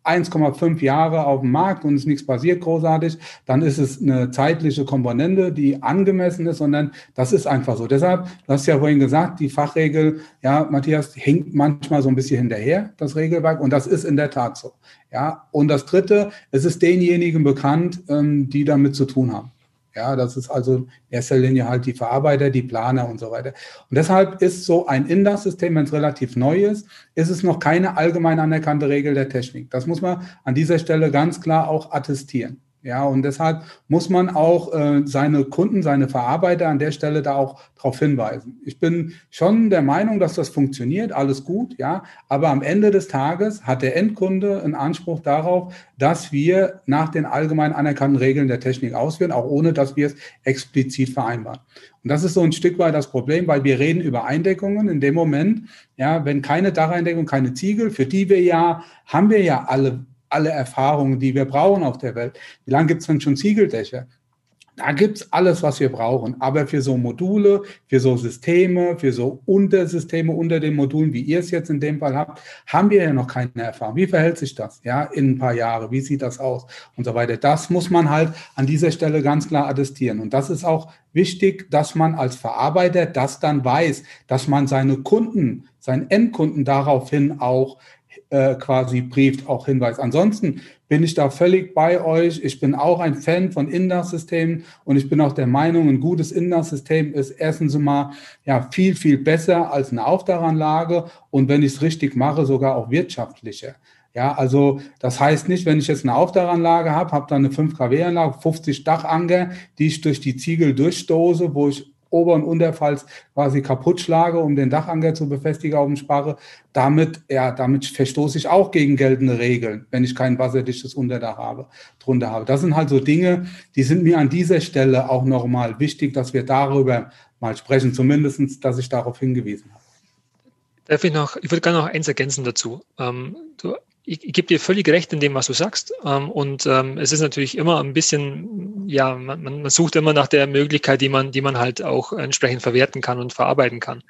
1,5 Jahre auf dem Markt und es ist nichts passiert großartig, dann ist es eine zeitliche Komponente, die angemessen ist, sondern das ist einfach so. Deshalb, du hast ja vorhin gesagt, die Fachregel, ja, Matthias, hinkt manchmal so ein bisschen hinterher, das Regelwerk, und das ist in der Tat so. Ja, und das Dritte, es ist denjenigen bekannt, die damit zu tun haben. Ja, das ist also in erster Linie halt die Verarbeiter, die Planer und so weiter. Und deshalb ist so ein Indas-System, wenn es relativ neu ist es noch keine allgemein anerkannte Regel der Technik. Das muss man an dieser Stelle ganz klar auch attestieren. Ja, und deshalb muss man auch seine Kunden, seine Verarbeiter an der Stelle da auch darauf hinweisen. Ich bin schon der Meinung, dass das funktioniert, alles gut, ja, aber am Ende des Tages hat der Endkunde einen Anspruch darauf, dass wir nach den allgemein anerkannten Regeln der Technik ausführen, auch ohne, dass wir es explizit vereinbaren. Und das ist so ein Stück weit das Problem, weil wir reden über Eindeckungen in dem Moment, ja, wenn keine Dacheindeckung, keine Ziegel, für die haben wir ja alle Erfahrungen, die wir brauchen auf der Welt. Wie lange gibt es denn schon Ziegeldächer? Da gibt es alles, was wir brauchen. Aber für so Module, für so Systeme, für so Untersysteme unter den Modulen, wie ihr es jetzt in dem Fall habt, haben wir ja noch keine Erfahrung. Wie verhält sich das, ja, in ein paar Jahren? Wie sieht das aus? Und so weiter. Das muss man halt an dieser Stelle ganz klar attestieren. Und das ist auch wichtig, dass man als Verarbeiter das dann weiß, dass man seinen Endkunden daraufhin auch quasi brieft, auch hinweist. Ansonsten bin ich da völlig bei euch. Ich bin auch ein Fan von Indas-Systemen und ich bin auch der Meinung, ein gutes Indas-System ist erstens mal ja viel, viel besser als eine Aufdachanlage und wenn ich es richtig mache, sogar auch wirtschaftlicher. Ja, also das heißt nicht, wenn ich jetzt eine Aufdachanlage habe dann eine 5 kW-Anlage, 50 Dachanker, die ich durch die Ziegel durchstoße, wo ich Ober- und Unterfalls quasi kaputt schlage, um den Dachanker zu befestigen auf dem Sparre. Damit verstoße ich auch gegen geltende Regeln, wenn ich kein wasserdichtes Unterdach drunter habe. Das sind halt so Dinge, die sind mir an dieser Stelle auch nochmal wichtig, dass wir darüber mal sprechen, zumindest, dass ich darauf hingewiesen habe. Ich würde gerne noch eins ergänzen dazu. Ich gebe dir völlig recht in dem, was du sagst. Es ist natürlich immer ein bisschen, ja, man sucht immer nach der Möglichkeit, die man halt auch entsprechend verwerten kann und verarbeiten kann.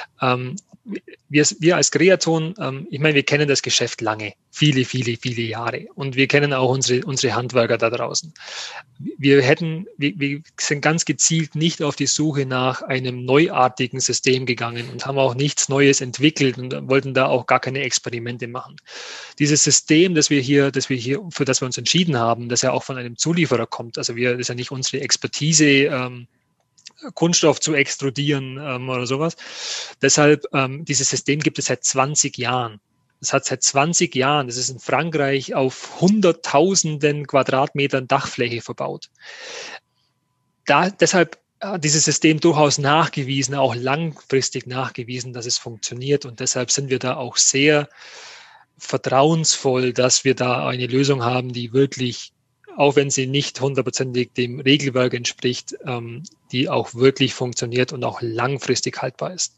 Wir als Kreaton, ich meine, wir kennen das Geschäft lange, viele, viele, viele Jahre. Und wir kennen auch unsere Handwerker da draußen. Wir sind ganz gezielt nicht auf die Suche nach einem neuartigen System gegangen und haben auch nichts Neues entwickelt und wollten da auch gar keine Experimente machen. Dieses System, für das wir uns entschieden haben, das ja auch von einem Zulieferer kommt, also das ist ja nicht unsere Expertise, Kunststoff zu extrudieren oder sowas. Deshalb, dieses System gibt es seit 20 Jahren. Das hat seit 20 Jahren, das ist in Frankreich auf Hunderttausenden Quadratmetern Dachfläche verbaut. Deshalb hat dieses System durchaus nachgewiesen, auch langfristig nachgewiesen, dass es funktioniert. Und deshalb sind wir da auch sehr vertrauensvoll, dass wir da eine Lösung haben, die wirklich, auch wenn sie nicht hundertprozentig dem Regelwerk entspricht, die auch wirklich funktioniert und auch langfristig haltbar ist.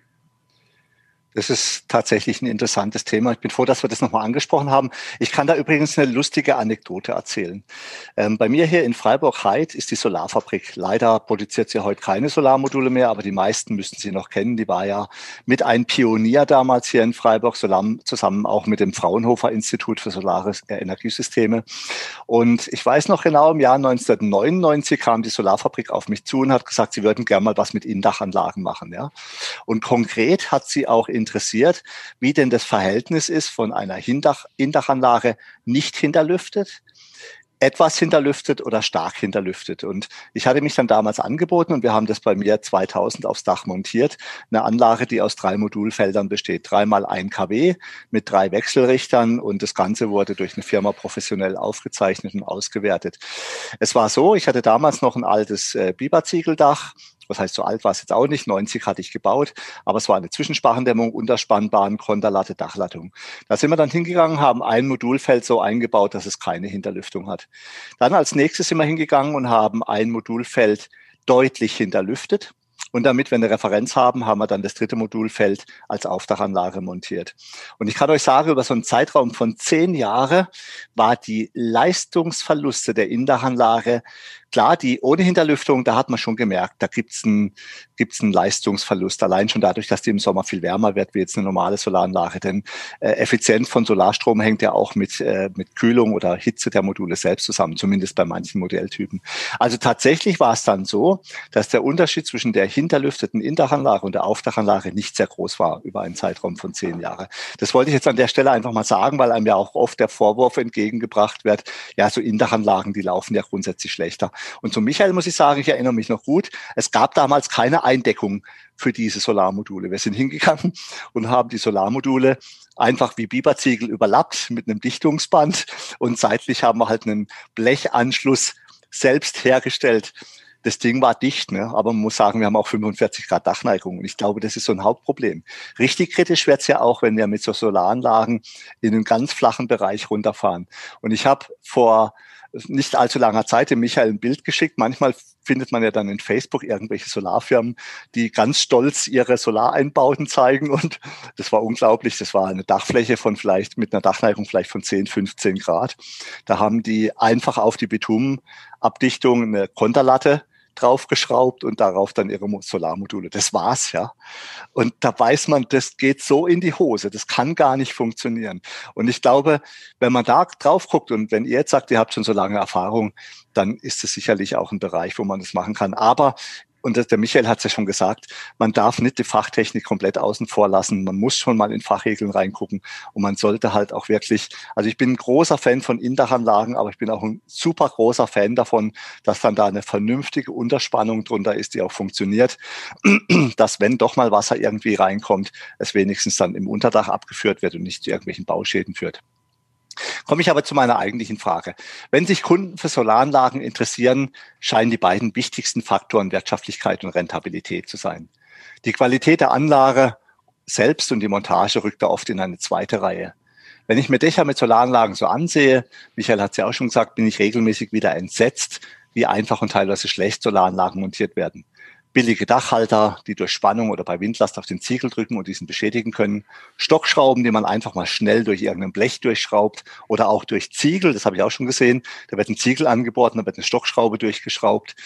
Das ist tatsächlich ein interessantes Thema. Ich bin froh, dass wir das nochmal angesprochen haben. Ich kann da übrigens eine lustige Anekdote erzählen. Bei mir hier in Freiburg-Heid ist die Solarfabrik. Leider produziert sie heute keine Solarmodule mehr, aber die meisten müssten Sie noch kennen. Die war ja mit einem Pionier damals hier in Freiburg, zusammen auch mit dem Fraunhofer Institut für Solare Energiesysteme. Und ich weiß noch genau, im Jahr 1999 kam die Solarfabrik auf mich zu und hat gesagt, sie würden gerne mal was mit Indachanlagen machen. Ja? Und konkret hat sie auch interessiert, wie denn das Verhältnis ist von einer Indachanlage nicht hinterlüftet, etwas hinterlüftet oder stark hinterlüftet. Und ich hatte mich dann damals angeboten und wir haben das bei mir 2000 aufs Dach montiert. Eine Anlage, die aus 3 Modulfeldern besteht. 3x1 kW mit 3 Wechselrichtern und das Ganze wurde durch eine Firma professionell aufgezeichnet und ausgewertet. Es war so, ich hatte damals noch ein altes Biberziegeldach. Was heißt, so alt war es jetzt auch nicht, 90 hatte ich gebaut, aber es war eine Zwischenspachendämmung, Unterspannbahn, Konterlatte, Dachlattung. Da sind wir dann hingegangen, haben ein Modulfeld so eingebaut, dass es keine Hinterlüftung hat. Dann als nächstes sind wir hingegangen und haben ein Modulfeld deutlich hinterlüftet. Und damit wir eine Referenz haben, haben wir dann das 3. Modulfeld als Aufdachanlage montiert. Und ich kann euch sagen, über so einen Zeitraum von 10 Jahren war die Leistungsverluste der Indachanlage klar, die ohne Hinterlüftung, da hat man schon gemerkt, da gibt's einen Leistungsverlust. Allein schon dadurch, dass die im Sommer viel wärmer wird, wie jetzt eine normale Solaranlage. Denn Effizienz von Solarstrom hängt ja auch mit Kühlung oder Hitze der Module selbst zusammen, zumindest bei manchen Modelltypen. Also tatsächlich war es dann so, dass der Unterschied zwischen der hinterlüfteten Indachanlage und der Aufdachanlage nicht sehr groß war über einen Zeitraum von 10 Jahren. Das wollte ich jetzt an der Stelle einfach mal sagen, weil einem ja auch oft der Vorwurf entgegengebracht wird, ja, so Indachanlagen, die laufen ja grundsätzlich schlechter. Und zu Michael muss ich sagen, ich erinnere mich noch gut, es gab damals keine Eindeckung für diese Solarmodule. Wir sind hingegangen und haben die Solarmodule einfach wie Biberziegel überlappt mit einem Dichtungsband und seitlich haben wir halt einen Blechanschluss selbst hergestellt. Das Ding war dicht, ne? Aber man muss sagen, wir haben auch 45 Grad Dachneigung und ich glaube, das ist so ein Hauptproblem. Richtig kritisch wird's ja auch, wenn wir mit so Solaranlagen in einen ganz flachen Bereich runterfahren. Und ich habe vor nicht allzu langer Zeit dem Michael ein Bild geschickt. Manchmal findet man ja dann in Facebook irgendwelche Solarfirmen, die ganz stolz ihre Solareinbauten zeigen und das war unglaublich. Das war eine Dachfläche von vielleicht mit einer Dachneigung vielleicht von 10, 15 Grad. Da haben die einfach auf die Bitumenabdichtung eine Konterlatte draufgeschraubt und darauf dann ihre Solarmodule. Das war's, ja. Und da weiß man, das geht so in die Hose. Das kann gar nicht funktionieren. Und ich glaube, wenn man da drauf guckt und wenn ihr jetzt sagt, ihr habt schon so lange Erfahrung, dann ist es sicherlich auch ein Bereich, wo man das machen kann. Aber und der Michael hat es ja schon gesagt, man darf nicht die Fachtechnik komplett außen vor lassen. Man muss schon mal in Fachregeln reingucken und man sollte halt auch wirklich, also ich bin ein großer Fan von Indachanlagen, aber ich bin auch ein super großer Fan davon, dass dann da eine vernünftige Unterspannung drunter ist, die auch funktioniert, dass wenn doch mal Wasser irgendwie reinkommt, es wenigstens dann im Unterdach abgeführt wird und nicht zu irgendwelchen Bauschäden führt. Komme ich aber zu meiner eigentlichen Frage. Wenn sich Kunden für Solaranlagen interessieren, scheinen die beiden wichtigsten Faktoren Wirtschaftlichkeit und Rentabilität zu sein. Die Qualität der Anlage selbst und die Montage rückt da oft in eine zweite Reihe. Wenn ich mir Dächer mit Solaranlagen so ansehe, Michael hat es ja auch schon gesagt, bin ich regelmäßig wieder entsetzt, wie einfach und teilweise schlecht Solaranlagen montiert werden. Billige Dachhalter, die durch Spannung oder bei Windlast auf den Ziegel drücken und diesen beschädigen können. Stockschrauben, die man einfach mal schnell durch irgendein Blech durchschraubt oder auch durch Ziegel, das habe ich auch schon gesehen. Da wird ein Ziegel angebohrt und da wird eine Stockschraube durchgeschraubt.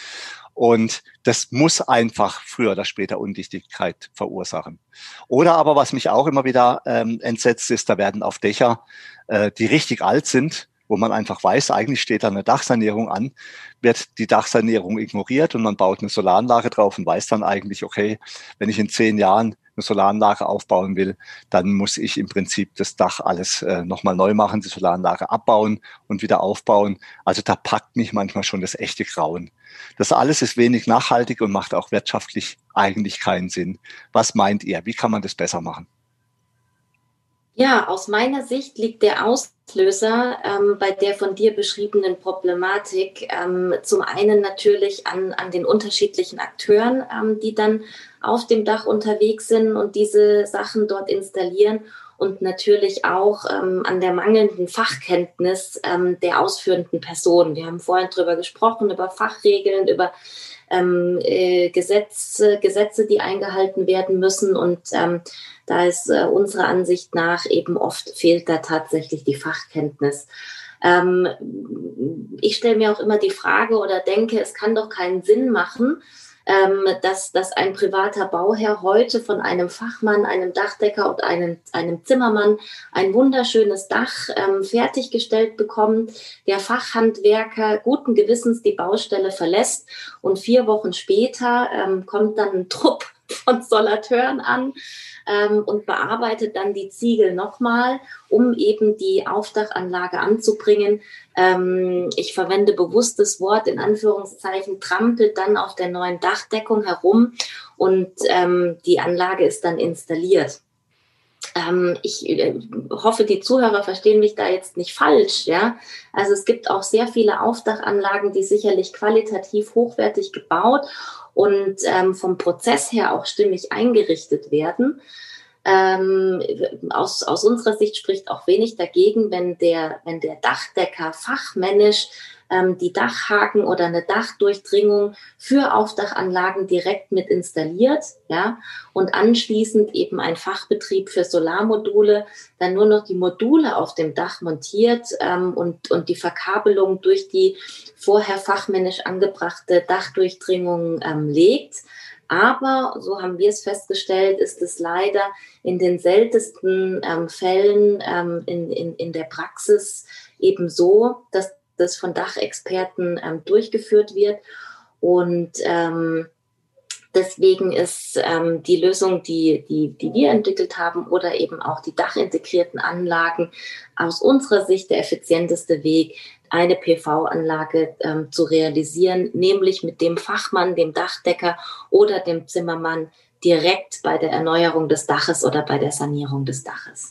Und das muss einfach früher oder später Undichtigkeit verursachen. Oder aber, was mich auch immer wieder entsetzt ist, da werden auf Dächer, die richtig alt sind, wo man einfach weiß, eigentlich steht da eine Dachsanierung an, wird die Dachsanierung ignoriert und man baut eine Solaranlage drauf und weiß dann eigentlich, okay, wenn ich in 10 Jahren eine Solaranlage aufbauen will, dann muss ich im Prinzip das Dach alles nochmal neu machen, die Solaranlage abbauen und wieder aufbauen. Also da packt mich manchmal schon das echte Grauen. Das alles ist wenig nachhaltig und macht auch wirtschaftlich eigentlich keinen Sinn. Was meint ihr? Wie kann man das besser machen? Ja, aus meiner Sicht liegt der Auslöser bei der von dir beschriebenen Problematik zum einen natürlich an den unterschiedlichen Akteuren, die dann auf dem Dach unterwegs sind und diese Sachen dort installieren und natürlich auch an der mangelnden Fachkenntnis der ausführenden Person. Wir haben vorhin drüber gesprochen, über Fachregeln, über Gesetze, die eingehalten werden müssen und da ist unserer Ansicht nach eben oft fehlt da tatsächlich die Fachkenntnis. Ich stelle mir auch immer die Frage oder denke, es kann doch keinen Sinn machen, dass ein privater Bauherr heute von einem Fachmann, einem Dachdecker und einem Zimmermann ein wunderschönes Dach fertiggestellt bekommt, der Fachhandwerker guten Gewissens die Baustelle verlässt und 4 Wochen später kommt dann ein Trupp von Solateuren an und bearbeitet dann die Ziegel nochmal, um eben die Aufdachanlage anzubringen. Ich verwende bewusst das Wort in Anführungszeichen, trampelt dann auf der neuen Dachdeckung herum und die Anlage ist dann installiert. Ich hoffe, die Zuhörer verstehen mich da jetzt nicht falsch. Ja? Also es gibt auch sehr viele Aufdachanlagen, die sicherlich qualitativ hochwertig gebaut und vom Prozess her auch stimmig eingerichtet werden. Aus unserer Sicht spricht auch wenig dagegen, wenn der Dachdecker fachmännisch die Dachhaken oder eine Dachdurchdringung für Aufdachanlagen direkt mit installiert, ja, und anschließend eben ein Fachbetrieb für Solarmodule, dann nur noch die Module auf dem Dach montiert und die Verkabelung durch die vorher fachmännisch angebrachte Dachdurchdringung legt. Aber, so haben wir es festgestellt, ist es leider in den seltensten Fällen in der Praxis eben so, dass das von Dachexperten durchgeführt wird. Und deswegen ist die Lösung, die wir entwickelt haben, oder eben auch die dachintegrierten Anlagen aus unserer Sicht der effizienteste Weg, eine PV-Anlage zu realisieren, nämlich mit dem Fachmann, dem Dachdecker oder dem Zimmermann direkt bei der Erneuerung des Daches oder bei der Sanierung des Daches.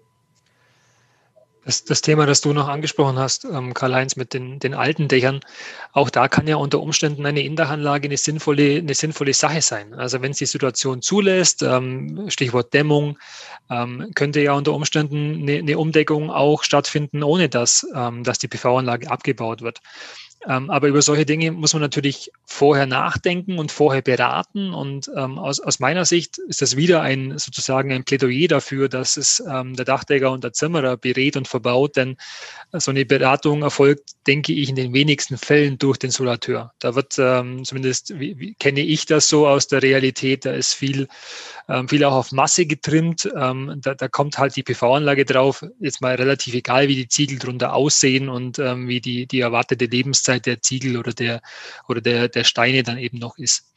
Das Thema, das du noch angesprochen hast, Karl-Heinz, mit den alten Dächern, auch da kann ja unter Umständen eine Indachanlage eine sinnvolle Sache sein. Also wenn es die Situation zulässt, Stichwort Dämmung, könnte ja unter Umständen eine Umdeckung auch stattfinden, ohne dass die PV-Anlage abgebaut wird. Aber über solche Dinge muss man natürlich vorher nachdenken und vorher beraten. Und aus meiner Sicht ist das wieder sozusagen ein Plädoyer dafür, dass es der Dachdecker und der Zimmerer berät und verbaut. Denn so eine Beratung erfolgt, denke ich, in den wenigsten Fällen durch den Solateur. Da wird zumindest, kenne ich das so aus der Realität, da ist viel auch auf Masse getrimmt. Da kommt halt die PV-Anlage drauf. Jetzt mal relativ egal, wie die Ziegel drunter aussehen und wie die erwartete Lebenszeit der Ziegel oder der Steine dann eben noch ist.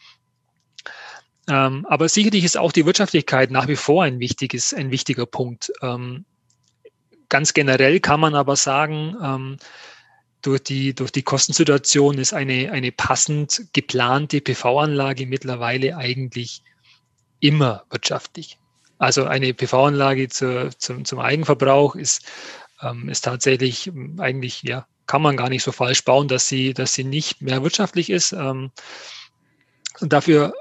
Aber sicherlich ist auch die Wirtschaftlichkeit nach wie vor ein wichtiger Punkt. Ganz generell kann man aber sagen, durch die Kostensituation ist eine passend geplante PV-Anlage mittlerweile eigentlich immer wirtschaftlich. Also eine PV-Anlage zum Eigenverbrauch ist tatsächlich eigentlich, ja, kann man gar nicht so falsch bauen, dass sie nicht mehr wirtschaftlich ist. Und dafür,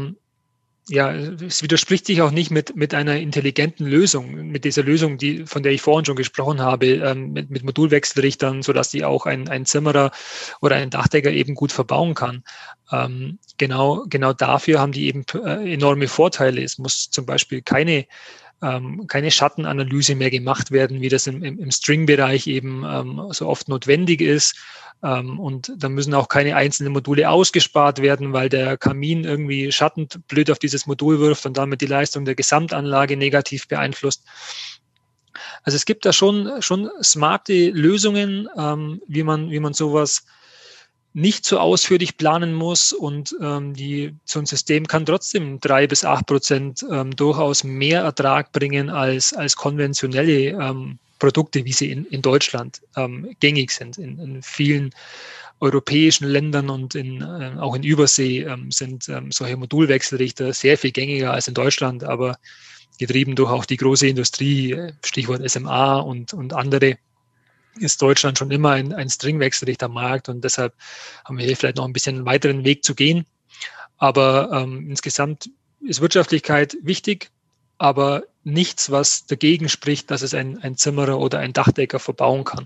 es widerspricht sich auch nicht mit einer intelligenten Lösung, mit dieser Lösung, von der ich vorhin schon gesprochen habe, mit Modulwechselrichtern, sodass die auch ein Zimmerer oder ein Dachdecker eben gut verbauen kann. Genau dafür haben die eben enorme Vorteile. Es muss zum Beispiel keine Schattenanalyse mehr gemacht werden, wie das im String-Bereich eben so oft notwendig ist. Und dann müssen auch keine einzelnen Module ausgespart werden, weil der Kamin irgendwie Schatten blöd auf dieses Modul wirft und damit die Leistung der Gesamtanlage negativ beeinflusst. Also es gibt da schon smarte Lösungen, wie man sowas nicht so ausführlich planen muss, und so ein System kann trotzdem 3-8% durchaus mehr Ertrag bringen als konventionelle Produkte, wie sie in Deutschland gängig sind. In vielen europäischen Ländern und auch in Übersee sind solche Modulwechselrichter sehr viel gängiger als in Deutschland, aber getrieben durch auch die große Industrie, Stichwort SMA und andere, ist Deutschland schon immer ein Stringwechselrichtermarkt, und deshalb haben wir hier vielleicht noch ein bisschen einen weiteren Weg zu gehen. Aber insgesamt ist Wirtschaftlichkeit wichtig, aber nichts, was dagegen spricht, dass es ein Zimmerer oder ein Dachdecker verbauen kann.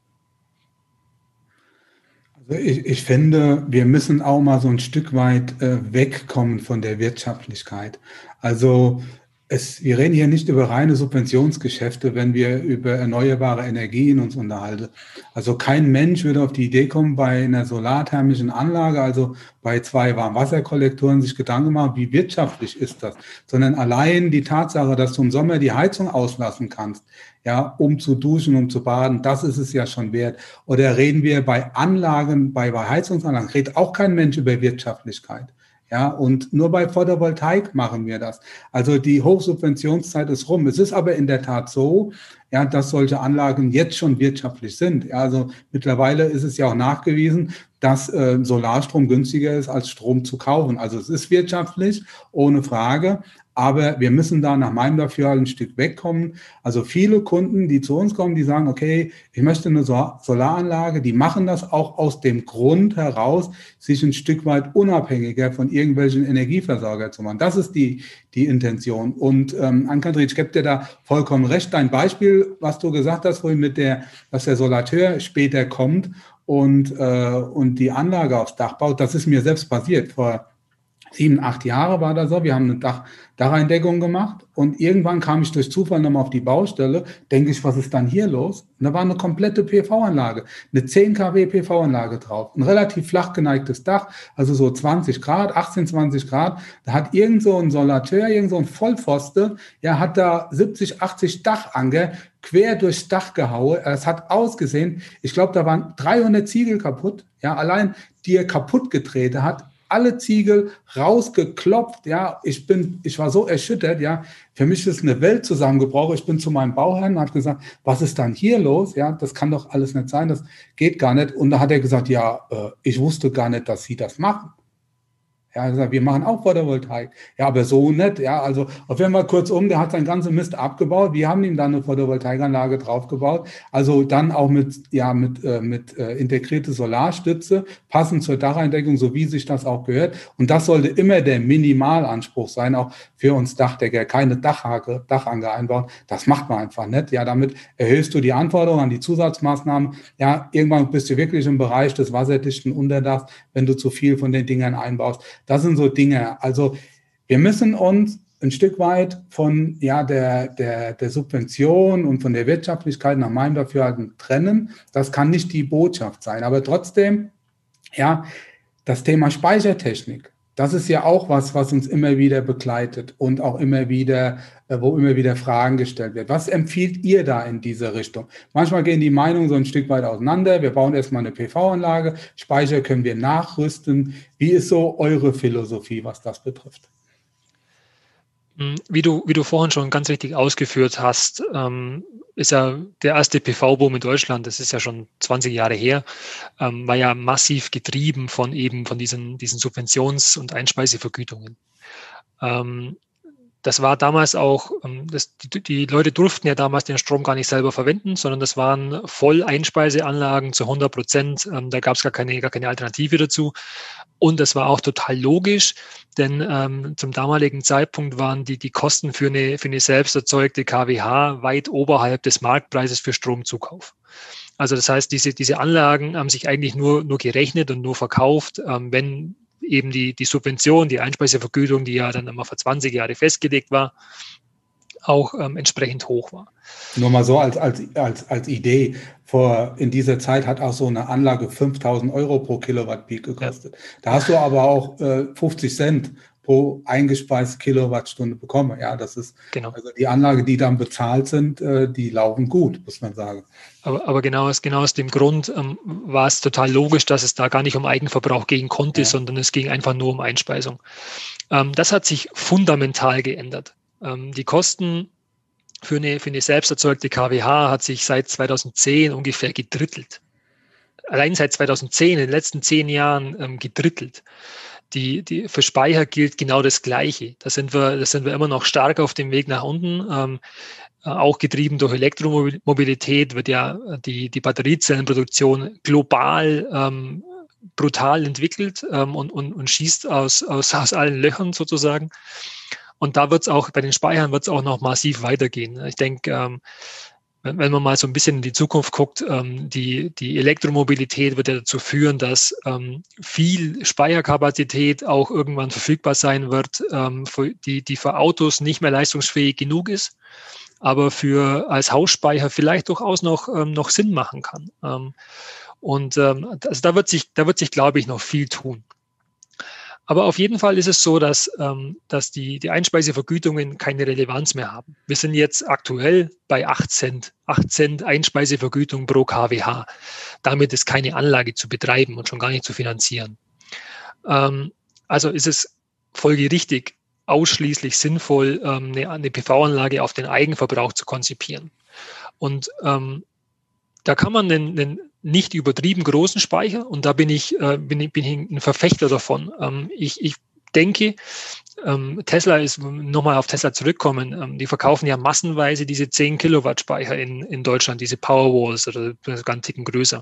Also ich finde, wir müssen auch mal so ein Stück weit wegkommen von der Wirtschaftlichkeit. Also wir reden hier nicht über reine Subventionsgeschäfte, wenn wir über erneuerbare Energien uns unterhalten. Also kein Mensch würde auf die Idee kommen, bei einer solarthermischen Anlage, also bei 2 Warmwasserkollektoren, sich Gedanken machen, wie wirtschaftlich ist das, sondern allein die Tatsache, dass du im Sommer die Heizung auslassen kannst, ja, um zu duschen, um zu baden, das ist es ja schon wert. Oder reden wir bei Anlagen, bei Heizungsanlagen, redet auch kein Mensch über Wirtschaftlichkeit. Ja, und nur bei Photovoltaik machen wir das. Also die Hochsubventionszeit ist rum. Es ist aber in der Tat so, ja, dass solche Anlagen jetzt schon wirtschaftlich sind. Ja, also mittlerweile ist es ja auch nachgewiesen, dass Solarstrom günstiger ist, als Strom zu kaufen. Also es ist wirtschaftlich, ohne Frage. Aber wir müssen da nach meinem Dafürhalten ein Stück wegkommen. Also viele Kunden, die zu uns kommen, die sagen, okay, ich möchte eine Solaranlage, die machen das auch aus dem Grund heraus, sich ein Stück weit unabhängiger von irgendwelchen Energieversorgern zu machen. Das ist die Intention. Und Ann-Kathrin, ich gebe dir da vollkommen recht. Dein Beispiel, was du gesagt hast, vorhin dass der Solateur später kommt und die Anlage aufs Dach baut. Das ist mir selbst passiert. Vor 7, 8 Jahre war das so. Wir haben eine Dacheindeckung gemacht und irgendwann kam ich durch Zufall nochmal auf die Baustelle. Denke ich, was ist dann hier los? Und da war eine komplette PV-Anlage, eine 10 kW PV-Anlage drauf. Ein relativ flach geneigtes Dach, also so 20 Grad, 18, 20 Grad. Da hat irgend so ein Solateur, irgend so ein Vollpfosten, hat da 70, 80 Dachanker quer durchs Dach gehauen. Es hat ausgesehen, ich glaube, da waren 300 Ziegel kaputt. Ja, allein die er kaputt gedreht hat, alle Ziegel rausgeklopft, ich war so erschüttert, für mich ist eine Welt zusammengebrochen. Ich bin zu meinem Bauherrn und habe gesagt, was ist dann hier los? Ja, das kann doch alles nicht sein, das geht gar nicht. Und da hat er gesagt, ich wusste gar nicht, dass Sie das machen. Ja, er sagt, wir machen auch Photovoltaik. Ja, aber so nicht. Ja, also auf jeden Fall kurzum, der hat seinen ganzen Mist abgebaut. Wir haben ihm dann eine Photovoltaikanlage draufgebaut. Also dann auch mit integrierter Solarstütze, passend zur Dacheindeckung, so wie sich das auch gehört. Und das sollte immer der Minimalanspruch sein, auch für uns Dachdecker. Keine Dachanker einbauen. Das macht man einfach nicht. Ja, damit erhöhst du die Anforderungen an die Zusatzmaßnahmen. Ja, irgendwann bist du wirklich im Bereich des wasserdichten Unterdachs, wenn du zu viel von den Dingern einbaust. Das sind so Dinge. Also wir müssen uns ein Stück weit von der Subvention und von der Wirtschaftlichkeit nach meinem Dafürhalten trennen. Das kann nicht die Botschaft sein. Aber trotzdem, das Thema Speichertechnik, das ist ja auch was uns immer wieder begleitet und auch immer wieder, wo immer wieder Fragen gestellt wird. Was empfiehlt ihr da in diese Richtung? Manchmal gehen die Meinungen so ein Stück weit auseinander. Wir bauen erstmal eine PV-Anlage, Speicher können wir nachrüsten. Wie ist so eure Philosophie, was das betrifft? Wie du vorhin schon ganz richtig ausgeführt hast, ist ja der erste PV-Boom in Deutschland, das ist ja schon 20 Jahre her, war ja massiv getrieben von diesen Subventions- und Einspeisevergütungen. Das war damals auch, die Leute durften ja damals den Strom gar nicht selber verwenden, sondern das waren Volleinspeiseanlagen zu 100%. Da gab es gar keine Alternative dazu. Und das war auch total logisch, denn zum damaligen Zeitpunkt waren die Kosten für eine selbst erzeugte kWh weit oberhalb des Marktpreises für Stromzukauf. Also das heißt, diese Anlagen haben sich eigentlich nur gerechnet und nur verkauft, wenn eben die Subvention, die Einspeisevergütung, die ja dann immer für 20 Jahre festgelegt war, auch entsprechend hoch war. Nur mal so als Idee, in dieser Zeit hat auch so eine Anlage 5.000 € pro Kilowatt Peak gekostet. Ja. Da hast du aber auch 50 Cent pro eingespeiste Kilowattstunde bekommen. Ja, das ist genau. Also die Anlage, die dann bezahlt sind, die laufen gut, muss man sagen. Aber genau aus dem Grund war es total logisch, dass es da gar nicht um Eigenverbrauch gehen konnte, sondern es ging einfach nur um Einspeisung. Das hat sich fundamental geändert. Die Kosten für eine selbst erzeugte kWh hat sich seit 2010 ungefähr gedrittelt. Allein seit 2010, in den letzten 10 Jahren gedrittelt. Für Speicher gilt genau das Gleiche. Da sind wir immer noch stark auf dem Weg nach unten. Auch getrieben durch Elektromobilität wird ja die Batteriezellenproduktion global brutal entwickelt und schießt aus allen Löchern sozusagen. Und da wird es auch, bei den Speichern wird es auch noch massiv weitergehen. Ich denke, wenn man mal so ein bisschen in die Zukunft guckt, die Elektromobilität wird ja dazu führen, dass viel Speicherkapazität auch irgendwann verfügbar sein wird, die für Autos nicht mehr leistungsfähig genug ist, aber als Hausspeicher vielleicht durchaus noch Sinn machen kann. Also da wird sich, glaube ich, noch viel tun. Aber auf jeden Fall ist es so, dass die Einspeisevergütungen keine Relevanz mehr haben. Wir sind jetzt aktuell bei 8 Cent Einspeisevergütung pro kWh. Damit ist keine Anlage zu betreiben und schon gar nicht zu finanzieren. Also ist es folgerichtig ausschließlich sinnvoll, eine PV-Anlage auf den Eigenverbrauch zu konzipieren. Und da kann man einen nicht übertrieben großen Speicher, und da bin ich ein Verfechter davon. Ich denke, Tesla ist, nochmal auf Tesla zurückkommen, die verkaufen ja massenweise diese 10 Kilowatt Speicher in Deutschland, diese Powerwalls oder ganz Ticken größer.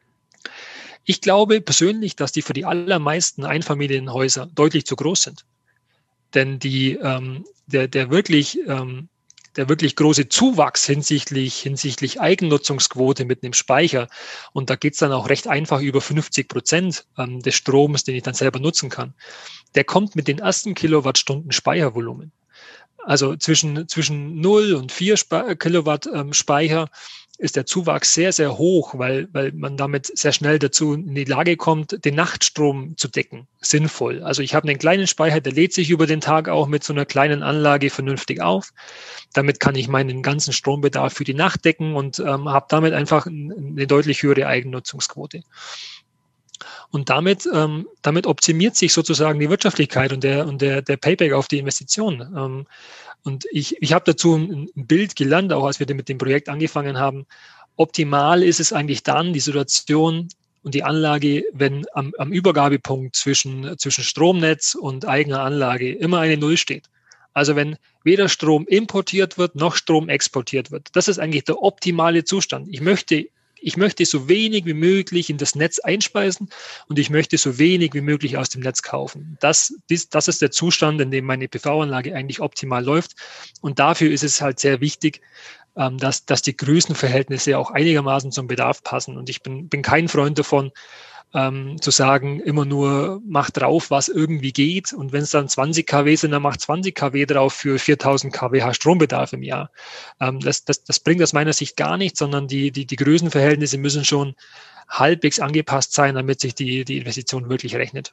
Ich glaube persönlich, dass die für die allermeisten Einfamilienhäuser deutlich zu groß sind. Denn der der wirklich große Zuwachs hinsichtlich Eigennutzungsquote mit einem Speicher. Und da geht's dann auch recht einfach über 50% des Stroms, den ich dann selber nutzen kann. Der kommt mit den ersten Kilowattstunden Speichervolumen. Also zwischen 0 und 4 Kilowatt Speicher ist der Zuwachs sehr, sehr hoch, weil man damit sehr schnell dazu in die Lage kommt, den Nachtstrom zu decken. Sinnvoll. Also ich habe einen kleinen Speicher, der lädt sich über den Tag auch mit so einer kleinen Anlage vernünftig auf. Damit kann ich meinen ganzen Strombedarf für die Nacht decken und habe damit einfach eine deutlich höhere Eigennutzungsquote. Und damit optimiert sich sozusagen die Wirtschaftlichkeit und der Payback auf die Investition. Und ich habe dazu ein Bild gelernt, auch als wir mit dem Projekt angefangen haben. Optimal ist es eigentlich dann, die Situation und die Anlage, wenn am Übergabepunkt zwischen Stromnetz und eigener Anlage immer eine Null steht. Also wenn weder Strom importiert wird, noch Strom exportiert wird. Das ist eigentlich der optimale Zustand. Ich möchte so wenig wie möglich in das Netz einspeisen und ich möchte so wenig wie möglich aus dem Netz kaufen. Das ist der Zustand, in dem meine PV-Anlage eigentlich optimal läuft. Und dafür ist es halt sehr wichtig, dass die Größenverhältnisse auch einigermaßen zum Bedarf passen. Und ich bin kein Freund davon, zu sagen, immer nur mach drauf, was irgendwie geht. Und wenn es dann 20 kW sind, dann macht 20 kW drauf für 4000 kWh Strombedarf im Jahr. Das bringt aus meiner Sicht gar nichts, sondern die Größenverhältnisse müssen schon halbwegs angepasst sein, damit sich die Investition wirklich rechnet.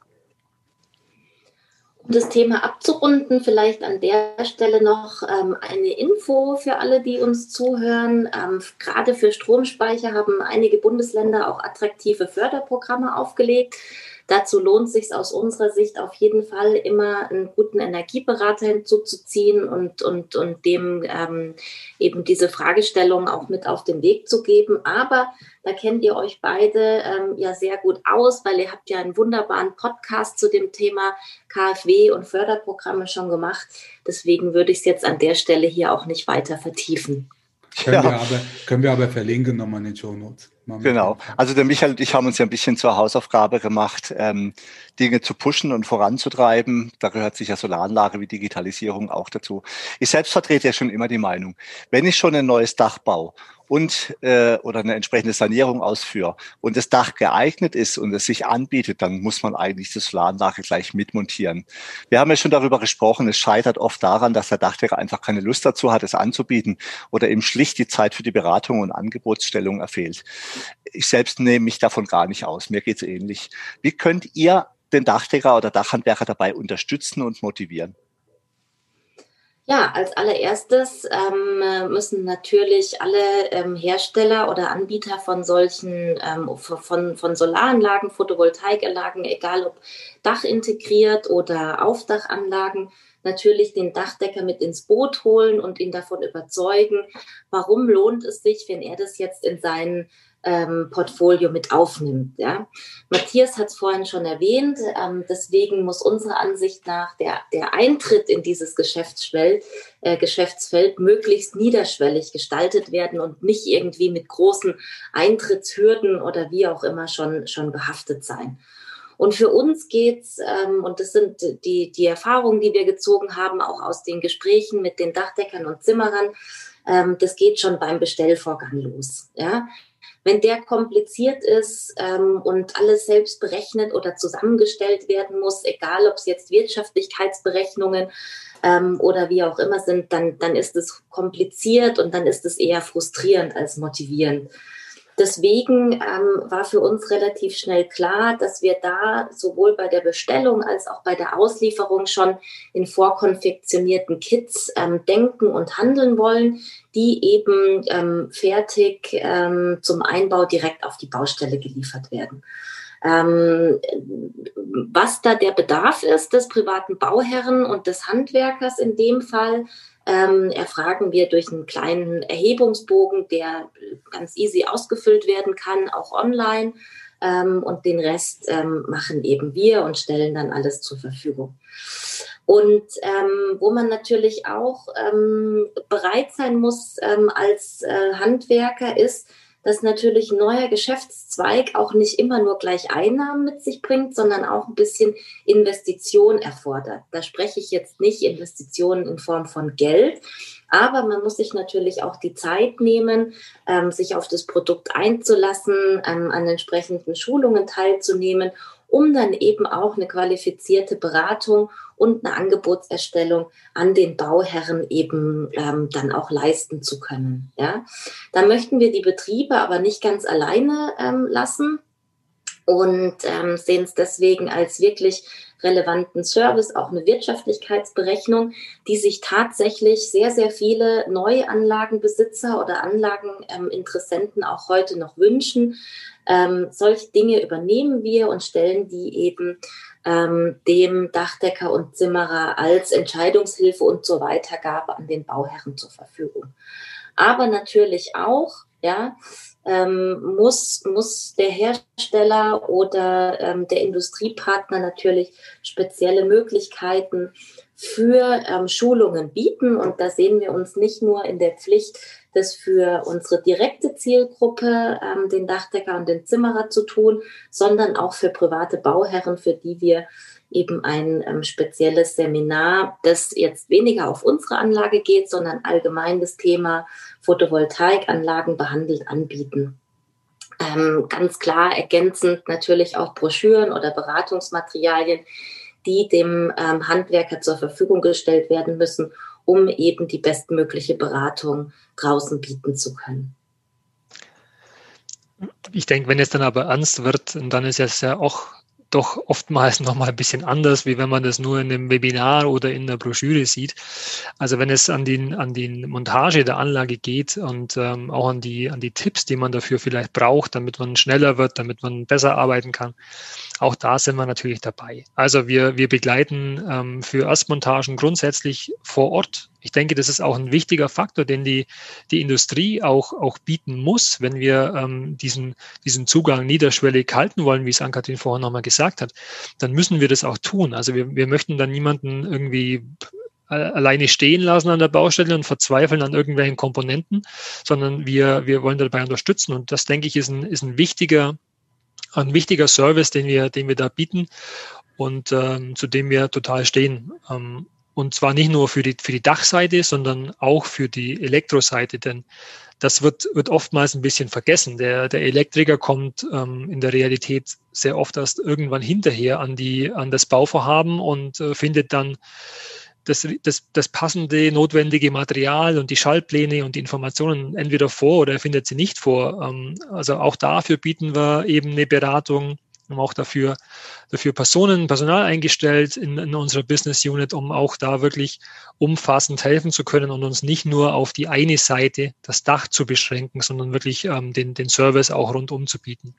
Um das Thema abzurunden, vielleicht an der Stelle noch eine Info für alle, die uns zuhören. Gerade für Stromspeicher haben einige Bundesländer auch attraktive Förderprogramme aufgelegt. Dazu lohnt es sich aus unserer Sicht auf jeden Fall immer einen guten Energieberater hinzuzuziehen und dem eben diese Fragestellung auch mit auf den Weg zu geben. Aber da kennt ihr euch beide ja sehr gut aus, weil ihr habt ja einen wunderbaren Podcast zu dem Thema KfW und Förderprogramme schon gemacht. Deswegen würde ich es jetzt an der Stelle hier auch nicht weiter vertiefen. Können wir aber verlinken nochmal in den Shownotes. Genau. Also der Michael und ich haben uns ja ein bisschen zur Hausaufgabe gemacht, Dinge zu pushen und voranzutreiben. Da gehört sicher Solaranlage wie Digitalisierung auch dazu. Ich selbst vertrete ja schon immer die Meinung, wenn ich schon ein neues Dach baue und oder eine entsprechende Sanierung ausführe und das Dach geeignet ist und es sich anbietet, dann muss man eigentlich die Solaranlage gleich mitmontieren. Wir haben ja schon darüber gesprochen, es scheitert oft daran, dass der Dachdecker einfach keine Lust dazu hat, es anzubieten oder ihm schlicht die Zeit für die Beratung und Angebotsstellung erfehlt. Ich selbst nehme mich davon gar nicht aus. Mir geht es ähnlich. Wie könnt ihr den Dachdecker oder Dachhandwerker dabei unterstützen und motivieren? Ja, als allererstes müssen natürlich alle Hersteller oder Anbieter von solchen von Solaranlagen, Photovoltaikanlagen, egal ob dachintegriert oder Aufdachanlagen, natürlich den Dachdecker mit ins Boot holen und ihn davon überzeugen, warum lohnt es sich, wenn er das jetzt in seinen Portfolio mit aufnimmt. Ja. Matthias hat es vorhin schon erwähnt, deswegen muss unserer Ansicht nach der Eintritt in dieses Geschäftsfeld möglichst niederschwellig gestaltet werden und nicht irgendwie mit großen Eintrittshürden oder wie auch immer schon behaftet sein. Und für uns geht's, und das sind die Erfahrungen, die wir gezogen haben, auch aus den Gesprächen mit den Dachdeckern und Zimmerern, das geht schon beim Bestellvorgang los. Ja. Wenn der kompliziert ist und alles selbst berechnet oder zusammengestellt werden muss, egal ob es jetzt Wirtschaftlichkeitsberechnungen oder wie auch immer sind, dann ist es kompliziert und dann ist es eher frustrierend als motivierend. Deswegen war für uns relativ schnell klar, dass wir da sowohl bei der Bestellung als auch bei der Auslieferung schon in vorkonfektionierten Kits denken und handeln wollen, die eben fertig zum Einbau direkt auf die Baustelle geliefert werden. Was da der Bedarf ist des privaten Bauherren und des Handwerkers in dem Fall, erfragen wir durch einen kleinen Erhebungsbogen, der ganz easy ausgefüllt werden kann, auch online. Und den Rest machen eben wir und stellen dann alles zur Verfügung. Und wo man natürlich auch bereit sein muss als Handwerker ist, dass natürlich ein neuer Geschäftszweig auch nicht immer nur gleich Einnahmen mit sich bringt, sondern auch ein bisschen Investition erfordert. Da spreche ich jetzt nicht Investitionen in Form von Geld, aber man muss sich natürlich auch die Zeit nehmen, sich auf das Produkt einzulassen, an entsprechenden Schulungen teilzunehmen, um dann eben auch eine qualifizierte Beratung und eine Angebotserstellung an den Bauherren eben dann auch leisten zu können. Ja? Da möchten wir die Betriebe aber nicht ganz alleine lassen und sehen es deswegen als wirklich relevanten Service, auch eine Wirtschaftlichkeitsberechnung, die sich tatsächlich sehr, sehr viele Neuanlagenbesitzer oder Anlageninteressenten auch heute noch wünschen. Solche Dinge übernehmen wir und stellen die eben dem Dachdecker und Zimmerer als Entscheidungshilfe und zur Weitergabe an den Bauherren zur Verfügung. Aber natürlich auch, ja, muss der Hersteller oder der Industriepartner natürlich spezielle Möglichkeiten für Schulungen bieten. Und da sehen wir uns nicht nur in der Pflicht, das für unsere direkte Zielgruppe, den Dachdecker und den Zimmerer zu tun, sondern auch für private Bauherren, für die wir eben ein spezielles Seminar, das jetzt weniger auf unsere Anlage geht, sondern allgemein das Thema Photovoltaikanlagen behandelt, anbieten. Ganz klar ergänzend natürlich auch Broschüren oder Beratungsmaterialien, die dem Handwerker zur Verfügung gestellt werden müssen, um eben die bestmögliche Beratung draußen bieten zu können. Ich denke, wenn es dann aber ernst wird, dann ist es ja auch doch oftmals nochmal ein bisschen anders, wie wenn man das nur in einem Webinar oder in einer Broschüre sieht. Also wenn es an die Montage der Anlage geht und auch an die Tipps, die man dafür vielleicht braucht, damit man schneller wird, damit man besser arbeiten kann, auch da sind wir natürlich dabei. Also wir begleiten für Erstmontagen grundsätzlich vor Ort. Ich denke, das ist auch ein wichtiger Faktor, den die Industrie auch bieten muss, wenn wir diesen Zugang niederschwellig halten wollen, wie es Ann-Kathrin vorhin nochmal gesagt hat, dann müssen wir das auch tun. Also wir möchten dann niemanden irgendwie alleine stehen lassen an der Baustelle und verzweifeln an irgendwelchen Komponenten, sondern wir wollen dabei unterstützen. Und das, denke ich, ist ein wichtiger Service, den wir da bieten und zu dem wir total stehen. Und zwar nicht nur für die Dachseite, sondern auch für die Elektroseite, denn das wird oftmals ein bisschen vergessen. Der Elektriker kommt in der Realität sehr oft erst irgendwann hinterher an das Bauvorhaben und findet dann das passende, notwendige Material und die Schaltpläne und die Informationen entweder vor oder er findet sie nicht vor. Also auch dafür bieten wir eben eine Beratung. Wir haben auch dafür Personal eingestellt in unserer Business Unit, um auch da wirklich umfassend helfen zu können und uns nicht nur auf die eine Seite, das Dach, zu beschränken, sondern wirklich den Service auch rundum zu bieten.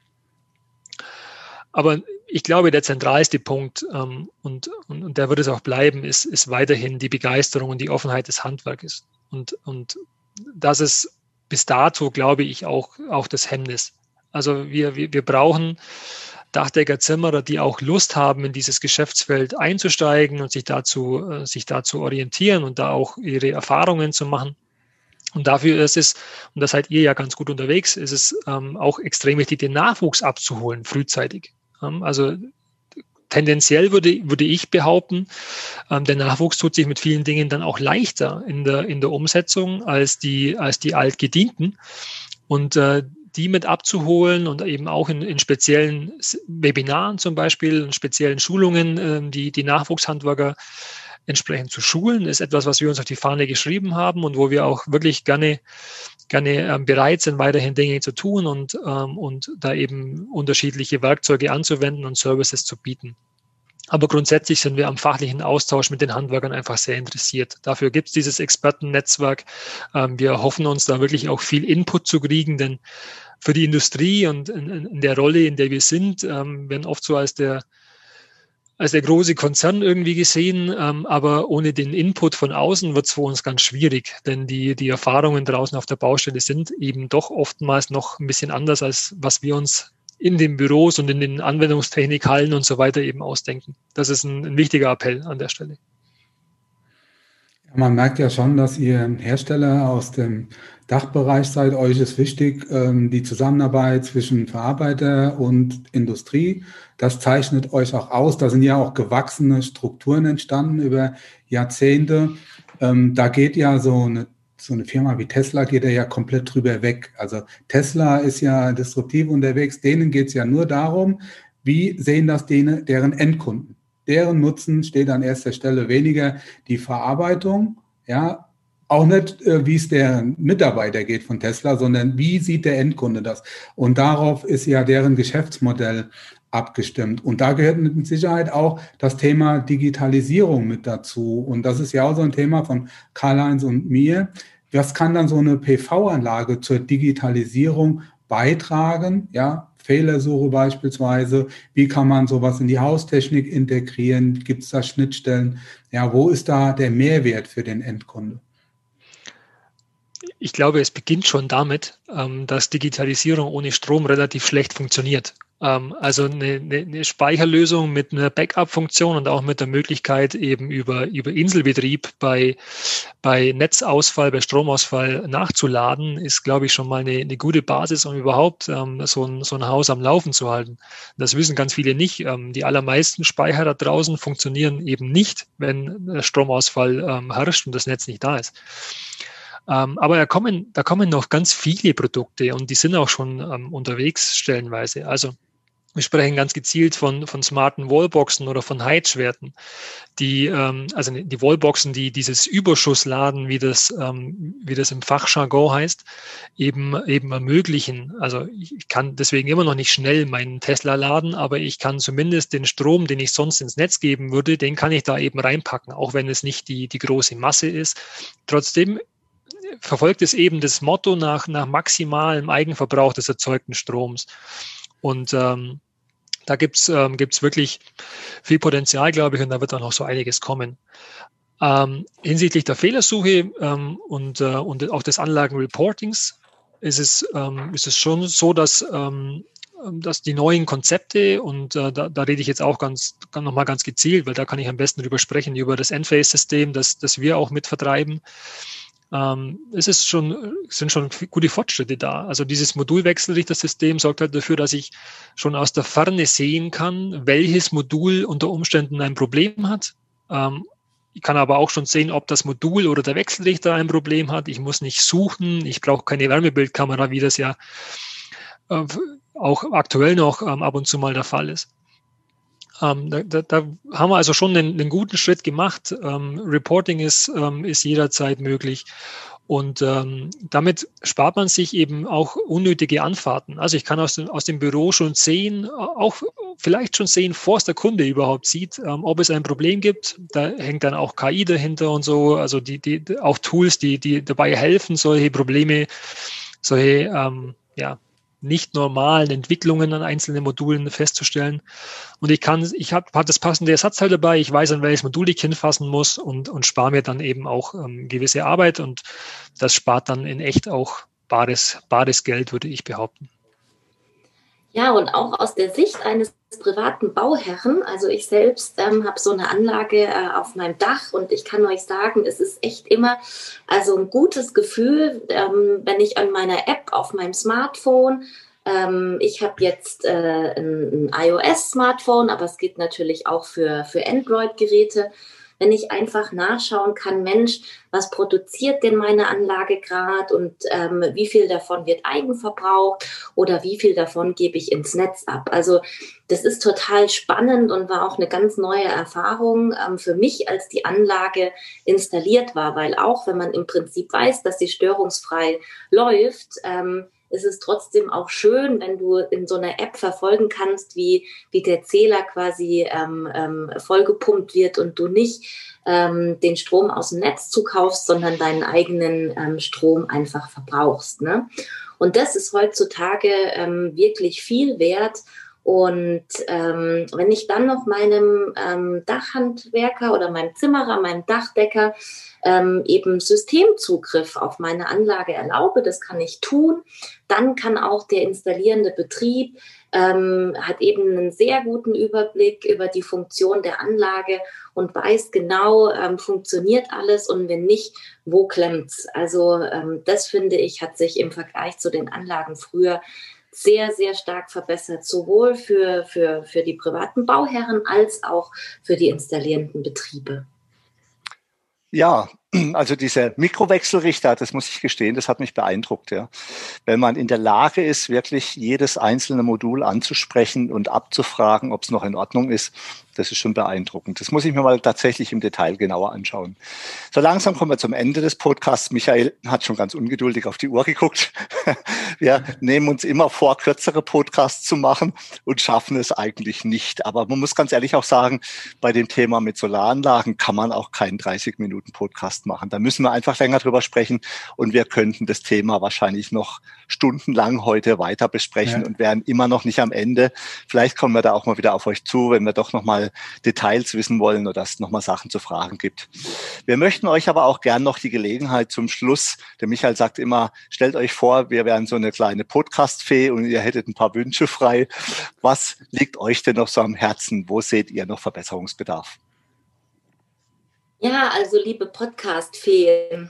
Aber ich glaube, der zentralste Punkt, und der wird es auch bleiben, ist weiterhin die Begeisterung und die Offenheit des Handwerkes. Und das ist bis dato, glaube ich, auch das Hemmnis. Also wir brauchen Dachdecker, Zimmerer, die auch Lust haben, in dieses Geschäftsfeld einzusteigen und sich dazu orientieren und da auch ihre Erfahrungen zu machen. Und dafür ist es, und da seid ihr ja ganz gut unterwegs, ist es auch extrem wichtig, den Nachwuchs abzuholen, frühzeitig. Also tendenziell würde ich behaupten, der Nachwuchs tut sich mit vielen Dingen dann auch leichter in der Umsetzung als die Altgedienten. Und die mit abzuholen und eben auch in speziellen Webinaren zum Beispiel, in speziellen Schulungen, die Nachwuchshandwerker entsprechend zu schulen, ist etwas, was wir uns auf die Fahne geschrieben haben und wo wir auch wirklich gerne bereit sind, weiterhin Dinge zu tun und da eben unterschiedliche Werkzeuge anzuwenden und Services zu bieten. Aber grundsätzlich sind wir am fachlichen Austausch mit den Handwerkern einfach sehr interessiert. Dafür gibt es dieses Expertennetzwerk. Wir hoffen uns da wirklich auch viel Input zu kriegen, denn für die Industrie und in der Rolle, in der wir sind, werden oft so als der große Konzern irgendwie gesehen, aber ohne den Input von außen wird es für uns ganz schwierig, denn die Erfahrungen draußen auf der Baustelle sind eben doch oftmals noch ein bisschen anders, als was wir uns in den Büros und in den Anwendungstechnikhallen und so weiter eben ausdenken. Das ist ein wichtiger Appell an der Stelle. Man merkt ja schon, dass ihr Hersteller aus dem Dachbereich seid. Euch ist wichtig, die Zusammenarbeit zwischen Verarbeiter und Industrie. Das zeichnet euch auch aus. Da sind ja auch gewachsene Strukturen entstanden über Jahrzehnte. Da geht ja so eine Firma wie Tesla geht ja komplett drüber weg. Also Tesla ist ja disruptiv unterwegs. Denen geht es ja nur darum, wie sehen das deren Endkunden. Deren Nutzen steht an erster Stelle, weniger die Verarbeitung, ja, auch nicht, wie es der Mitarbeiter geht von Tesla, sondern wie sieht der Endkunde das? Und darauf ist ja deren Geschäftsmodell abgestimmt. Und da gehört mit Sicherheit auch das Thema Digitalisierung mit dazu. Und das ist ja auch so ein Thema von Karl-Heinz und mir. Was kann dann so eine PV-Anlage zur Digitalisierung beitragen? Ja, Fehlersuche beispielsweise. Wie kann man sowas in die Haustechnik integrieren? Gibt es da Schnittstellen? Ja, wo ist da der Mehrwert für den Endkunde? Ich glaube, es beginnt schon damit, dass Digitalisierung ohne Strom relativ schlecht funktioniert. Also eine Speicherlösung mit einer Backup-Funktion und auch mit der Möglichkeit, eben über Inselbetrieb bei Netzausfall, bei Stromausfall nachzuladen, ist, glaube ich, schon mal eine gute Basis, um überhaupt so ein Haus am Laufen zu halten. Das wissen ganz viele nicht. Die allermeisten Speicher da draußen funktionieren eben nicht, wenn der Stromausfall herrscht und das Netz nicht da ist. Aber da kommen noch ganz viele Produkte und die sind auch schon unterwegs stellenweise. Also wir sprechen ganz gezielt von smarten Wallboxen oder von Heizschwerten, also die Wallboxen, die dieses Überschussladen, wie das im Fachjargon heißt, eben ermöglichen. Also ich kann deswegen immer noch nicht schnell meinen Tesla laden, aber ich kann zumindest den Strom, den ich sonst ins Netz geben würde, den kann ich da eben reinpacken, auch wenn es nicht die große Masse ist. Trotzdem verfolgt es eben das Motto nach maximalem Eigenverbrauch des erzeugten Stroms. Und da gibt's wirklich viel Potenzial, glaube ich, und da wird auch noch so einiges kommen. Hinsichtlich der Fehlersuche und auch des Anlagenreportings ist es schon so, dass die neuen Konzepte, und da rede ich jetzt auch nochmal ganz gezielt, weil da kann ich am besten drüber sprechen, über das Enphase-System, das wir auch mit vertreiben. Sind schon gute Fortschritte da. Also dieses Modulwechselrichtersystem sorgt halt dafür, dass ich schon aus der Ferne sehen kann, welches Modul unter Umständen ein Problem hat. Ich kann aber auch schon sehen, ob das Modul oder der Wechselrichter ein Problem hat. Ich muss nicht suchen. Ich brauche keine Wärmebildkamera, wie das ja auch aktuell noch ab und zu mal der Fall ist. Da haben wir also schon einen guten Schritt gemacht. Reporting ist jederzeit möglich. Und damit spart man sich eben auch unnötige Anfahrten. Also ich kann aus dem Büro schon sehen, auch vielleicht schon sehen, bevor es der Kunde überhaupt sieht, ob es ein Problem gibt. Da hängt dann auch KI dahinter und so, also die auch Tools, die dabei helfen, solche Probleme, nicht normalen Entwicklungen an einzelnen Modulen festzustellen. Und ich habe das passende Ersatzteil dabei, ich weiß, an welches Modul ich hinfassen muss und spare mir dann eben auch gewisse Arbeit, und das spart dann in echt auch bares Geld, würde ich behaupten. Ja, und auch aus der Sicht eines privaten Bauherren, also ich selbst habe so eine Anlage auf meinem Dach, und ich kann euch sagen, es ist echt immer ein gutes Gefühl, wenn ich an meiner App auf meinem Smartphone, ich habe jetzt ein iOS-Smartphone, aber es geht natürlich auch für Android-Geräte, wenn ich einfach nachschauen kann, Mensch, was produziert denn meine Anlage gerade und wie viel davon wird eigenverbraucht oder wie viel davon gebe ich ins Netz ab. Also das ist total spannend und war auch eine ganz neue Erfahrung für mich, als die Anlage installiert war, weil auch wenn man im Prinzip weiß, dass sie störungsfrei läuft, ist es trotzdem auch schön, wenn du in so einer App verfolgen kannst, wie der Zähler quasi vollgepumpt wird und du nicht den Strom aus dem Netz zukaufst, sondern deinen eigenen Strom einfach verbrauchst. Ne? Und das ist heutzutage wirklich viel wert. Und wenn ich dann noch meinem Dachhandwerker oder meinem Zimmerer, meinem Dachdecker eben Systemzugriff auf meine Anlage erlaube, das kann ich tun, dann kann auch der installierende Betrieb hat eben einen sehr guten Überblick über die Funktion der Anlage und weiß genau, funktioniert alles und wenn nicht, wo klemmt's? Also das finde ich, hat sich im Vergleich zu den Anlagen früher sehr, sehr stark verbessert, sowohl für die privaten Bauherren als auch für die installierenden Betriebe. Ja, also dieser Mikrowechselrichter, das muss ich gestehen, das hat mich beeindruckt. Ja. Wenn man in der Lage ist, wirklich jedes einzelne Modul anzusprechen und abzufragen, ob es noch in Ordnung ist, das ist schon beeindruckend. Das muss ich mir mal tatsächlich im Detail genauer anschauen. So langsam kommen wir zum Ende des Podcasts. Michael hat schon ganz ungeduldig auf die Uhr geguckt. Wir nehmen uns immer vor, kürzere Podcasts zu machen und schaffen es eigentlich nicht. Aber man muss ganz ehrlich auch sagen, bei dem Thema mit Solaranlagen kann man auch keinen 30-Minuten-Podcast machen. Da müssen wir einfach länger drüber sprechen und wir könnten das Thema wahrscheinlich noch stundenlang heute weiter besprechen und wären immer noch nicht am Ende. Vielleicht kommen wir da auch mal wieder auf euch zu, wenn wir doch noch mal Details wissen wollen oder es noch mal Sachen zu fragen gibt. Wir möchten euch aber auch gern noch die Gelegenheit zum Schluss, der Michael sagt immer, stellt euch vor, wir wären so eine kleine Podcast-Fee und ihr hättet ein paar Wünsche frei. Was liegt euch denn noch so am Herzen? Wo seht ihr noch Verbesserungsbedarf? Ja, also liebe Podcast-Feen,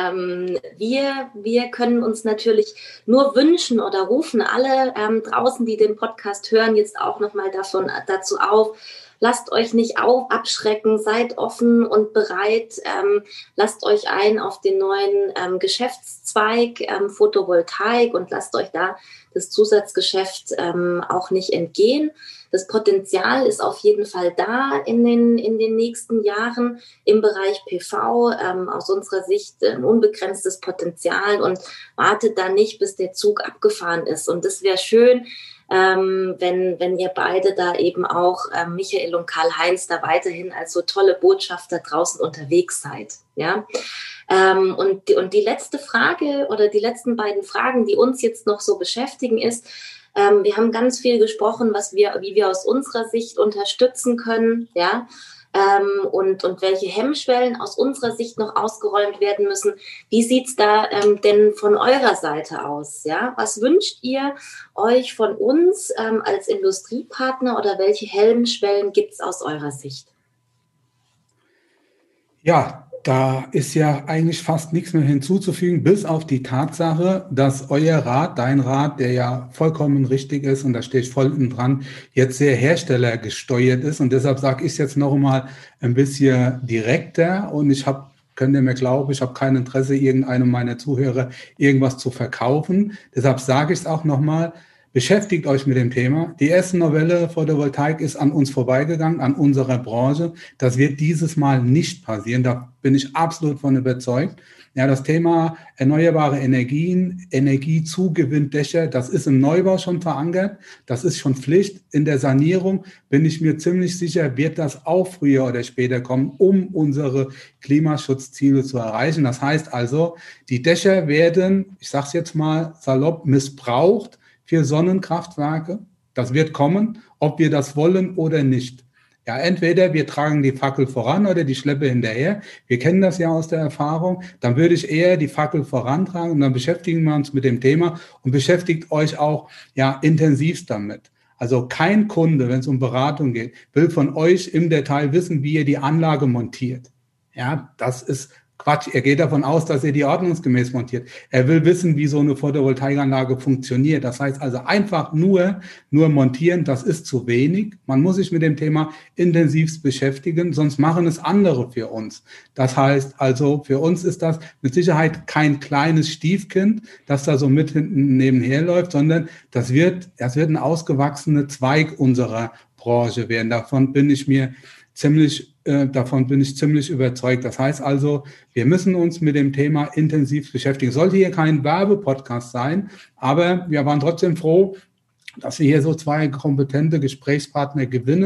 wir können uns natürlich nur wünschen oder rufen alle draußen, die den Podcast hören, jetzt auch nochmal dazu auf, lasst euch nicht abschrecken, seid offen und bereit, lasst euch ein auf den neuen Geschäftszweig Photovoltaik und lasst euch da das Zusatzgeschäft auch nicht entgehen. Das Potenzial ist auf jeden Fall da in den nächsten Jahren im Bereich PV. Aus unserer Sicht ein unbegrenztes Potenzial und wartet da nicht, bis der Zug abgefahren ist. Und das wäre schön, wenn ihr beide da eben auch, Michael und Karl-Heinz, da weiterhin als so tolle Botschafter draußen unterwegs seid. Ja? Und die letzte Frage oder die letzten beiden Fragen, die uns jetzt noch so beschäftigen, ist, wir haben ganz viel gesprochen, wie wir aus unserer Sicht unterstützen können, ja, und welche Hemmschwellen aus unserer Sicht noch ausgeräumt werden müssen. Wie sieht's da denn von eurer Seite aus? Ja? Was wünscht ihr euch von uns als Industriepartner oder welche Hemmschwellen gibt's aus eurer Sicht? Ja, da ist ja eigentlich fast nichts mehr hinzuzufügen, bis auf die Tatsache, dass euer Rat, dein Rat, der ja vollkommen richtig ist und da stehe ich voll dran, jetzt sehr herstellergesteuert ist. Und deshalb sage ich es jetzt noch mal ein bisschen direkter und könnt ihr mir glauben, ich habe kein Interesse, irgendeinem meiner Zuhörer irgendwas zu verkaufen. Deshalb sage ich es auch noch mal. Beschäftigt euch mit dem Thema. Die erste Novelle Photovoltaik ist an uns vorbeigegangen, an unserer Branche. Das wird dieses Mal nicht passieren. Da bin ich absolut von überzeugt. Ja, das Thema erneuerbare Energien, Energiezugewinndächer, das ist im Neubau schon verankert. Das ist schon Pflicht. In der Sanierung bin ich mir ziemlich sicher, wird das auch früher oder später kommen, um unsere Klimaschutzziele zu erreichen. Das heißt also, die Dächer werden, ich sage es jetzt mal salopp, missbraucht für Sonnenkraftwerke. Das wird kommen, ob wir das wollen oder nicht. Ja, entweder wir tragen die Fackel voran oder die Schleppe hinterher. Wir kennen das ja aus der Erfahrung. Dann würde ich eher die Fackel vorantragen und dann beschäftigen wir uns mit dem Thema und beschäftigt euch auch ja intensivst damit. Also kein Kunde, wenn es um Beratung geht, will von euch im Detail wissen, wie ihr die Anlage montiert. Ja, das ist Quatsch, er geht davon aus, dass er die ordnungsgemäß montiert. Er will wissen, wie so eine Photovoltaikanlage funktioniert. Das heißt also einfach nur montieren, das ist zu wenig. Man muss sich mit dem Thema intensivst beschäftigen, sonst machen es andere für uns. Das heißt also, für uns ist das mit Sicherheit kein kleines Stiefkind, das da so mit hinten nebenher läuft, sondern das wird ein ausgewachsener Zweig unserer Branche werden. Davon bin ich ziemlich überzeugt. Das heißt also, wir müssen uns mit dem Thema intensiv beschäftigen. Sollte hier kein Werbepodcast sein, aber wir waren trotzdem froh, dass wir hier so zwei kompetente Gesprächspartner gewinnen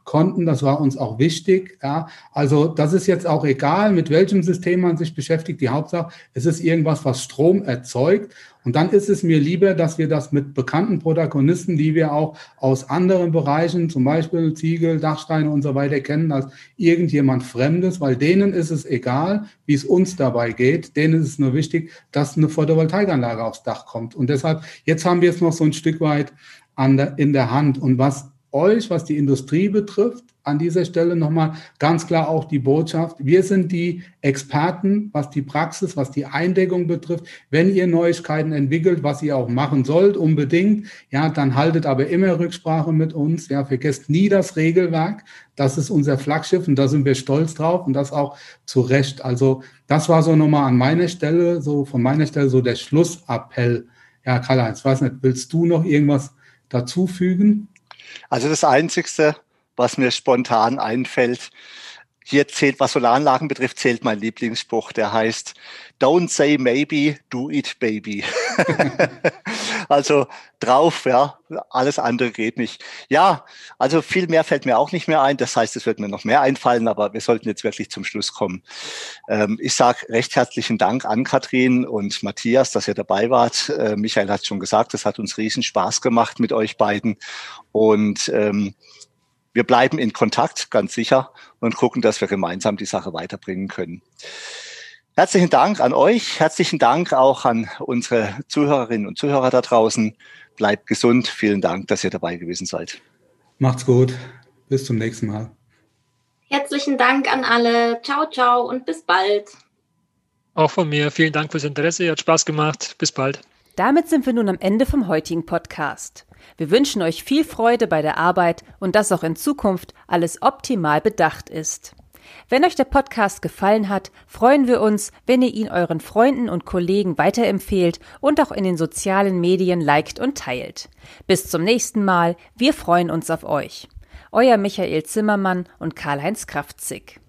konnten. Das war uns auch wichtig. Ja. Also das ist jetzt auch egal, mit welchem System man sich beschäftigt. Die Hauptsache, es ist irgendwas, was Strom erzeugt. Und dann ist es mir lieber, dass wir das mit bekannten Protagonisten, die wir auch aus anderen Bereichen, zum Beispiel Ziegel, Dachsteine und so weiter kennen, als irgendjemand Fremdes, weil denen ist es egal, wie es uns dabei geht. Denen ist es nur wichtig, dass eine Photovoltaikanlage aufs Dach kommt. Und deshalb, jetzt haben wir es noch so ein Stück weit in der Hand. Und was die Industrie betrifft, an dieser Stelle nochmal ganz klar auch die Botschaft. Wir sind die Experten, was die Praxis, was die Eindeckung betrifft. Wenn ihr Neuigkeiten entwickelt, was ihr auch machen sollt, unbedingt, ja, dann haltet aber immer Rücksprache mit uns. Ja, vergesst nie das Regelwerk. Das ist unser Flaggschiff und da sind wir stolz drauf und das auch zu Recht. Also das war so nochmal an meiner Stelle, so von meiner Stelle so der Schlussappell. Ja, Karl-Heinz, weiß nicht, willst du noch irgendwas dazu fügen? Also das Einzigste, was mir spontan einfällt, hier zählt, was Solaranlagen betrifft, zählt mein Lieblingsspruch, der heißt, don't say maybe, do it, baby. Also drauf, ja, alles andere geht nicht. Ja, also viel mehr fällt mir auch nicht mehr ein. Das heißt, es wird mir noch mehr einfallen, aber wir sollten jetzt wirklich zum Schluss kommen. Ich sage recht herzlichen Dank an Katrin und Matthias, dass ihr dabei wart. Michael hat schon gesagt, es hat uns riesen Spaß gemacht mit euch beiden. Und wir bleiben in Kontakt, ganz sicher, und gucken, dass wir gemeinsam die Sache weiterbringen können. Herzlichen Dank an euch, herzlichen Dank auch an unsere Zuhörerinnen und Zuhörer da draußen. Bleibt gesund, vielen Dank, dass ihr dabei gewesen seid. Macht's gut, bis zum nächsten Mal. Herzlichen Dank an alle, ciao, ciao und bis bald. Auch von mir, vielen Dank fürs Interesse, hat Spaß gemacht, bis bald. Damit sind wir nun am Ende vom heutigen Podcast. Wir wünschen euch viel Freude bei der Arbeit und dass auch in Zukunft alles optimal bedacht ist. Wenn euch der Podcast gefallen hat, freuen wir uns, wenn ihr ihn euren Freunden und Kollegen weiterempfehlt und auch in den sozialen Medien liked und teilt. Bis zum nächsten Mal, wir freuen uns auf euch. Euer Michael Zimmermann und Karl-Heinz Kraftzig.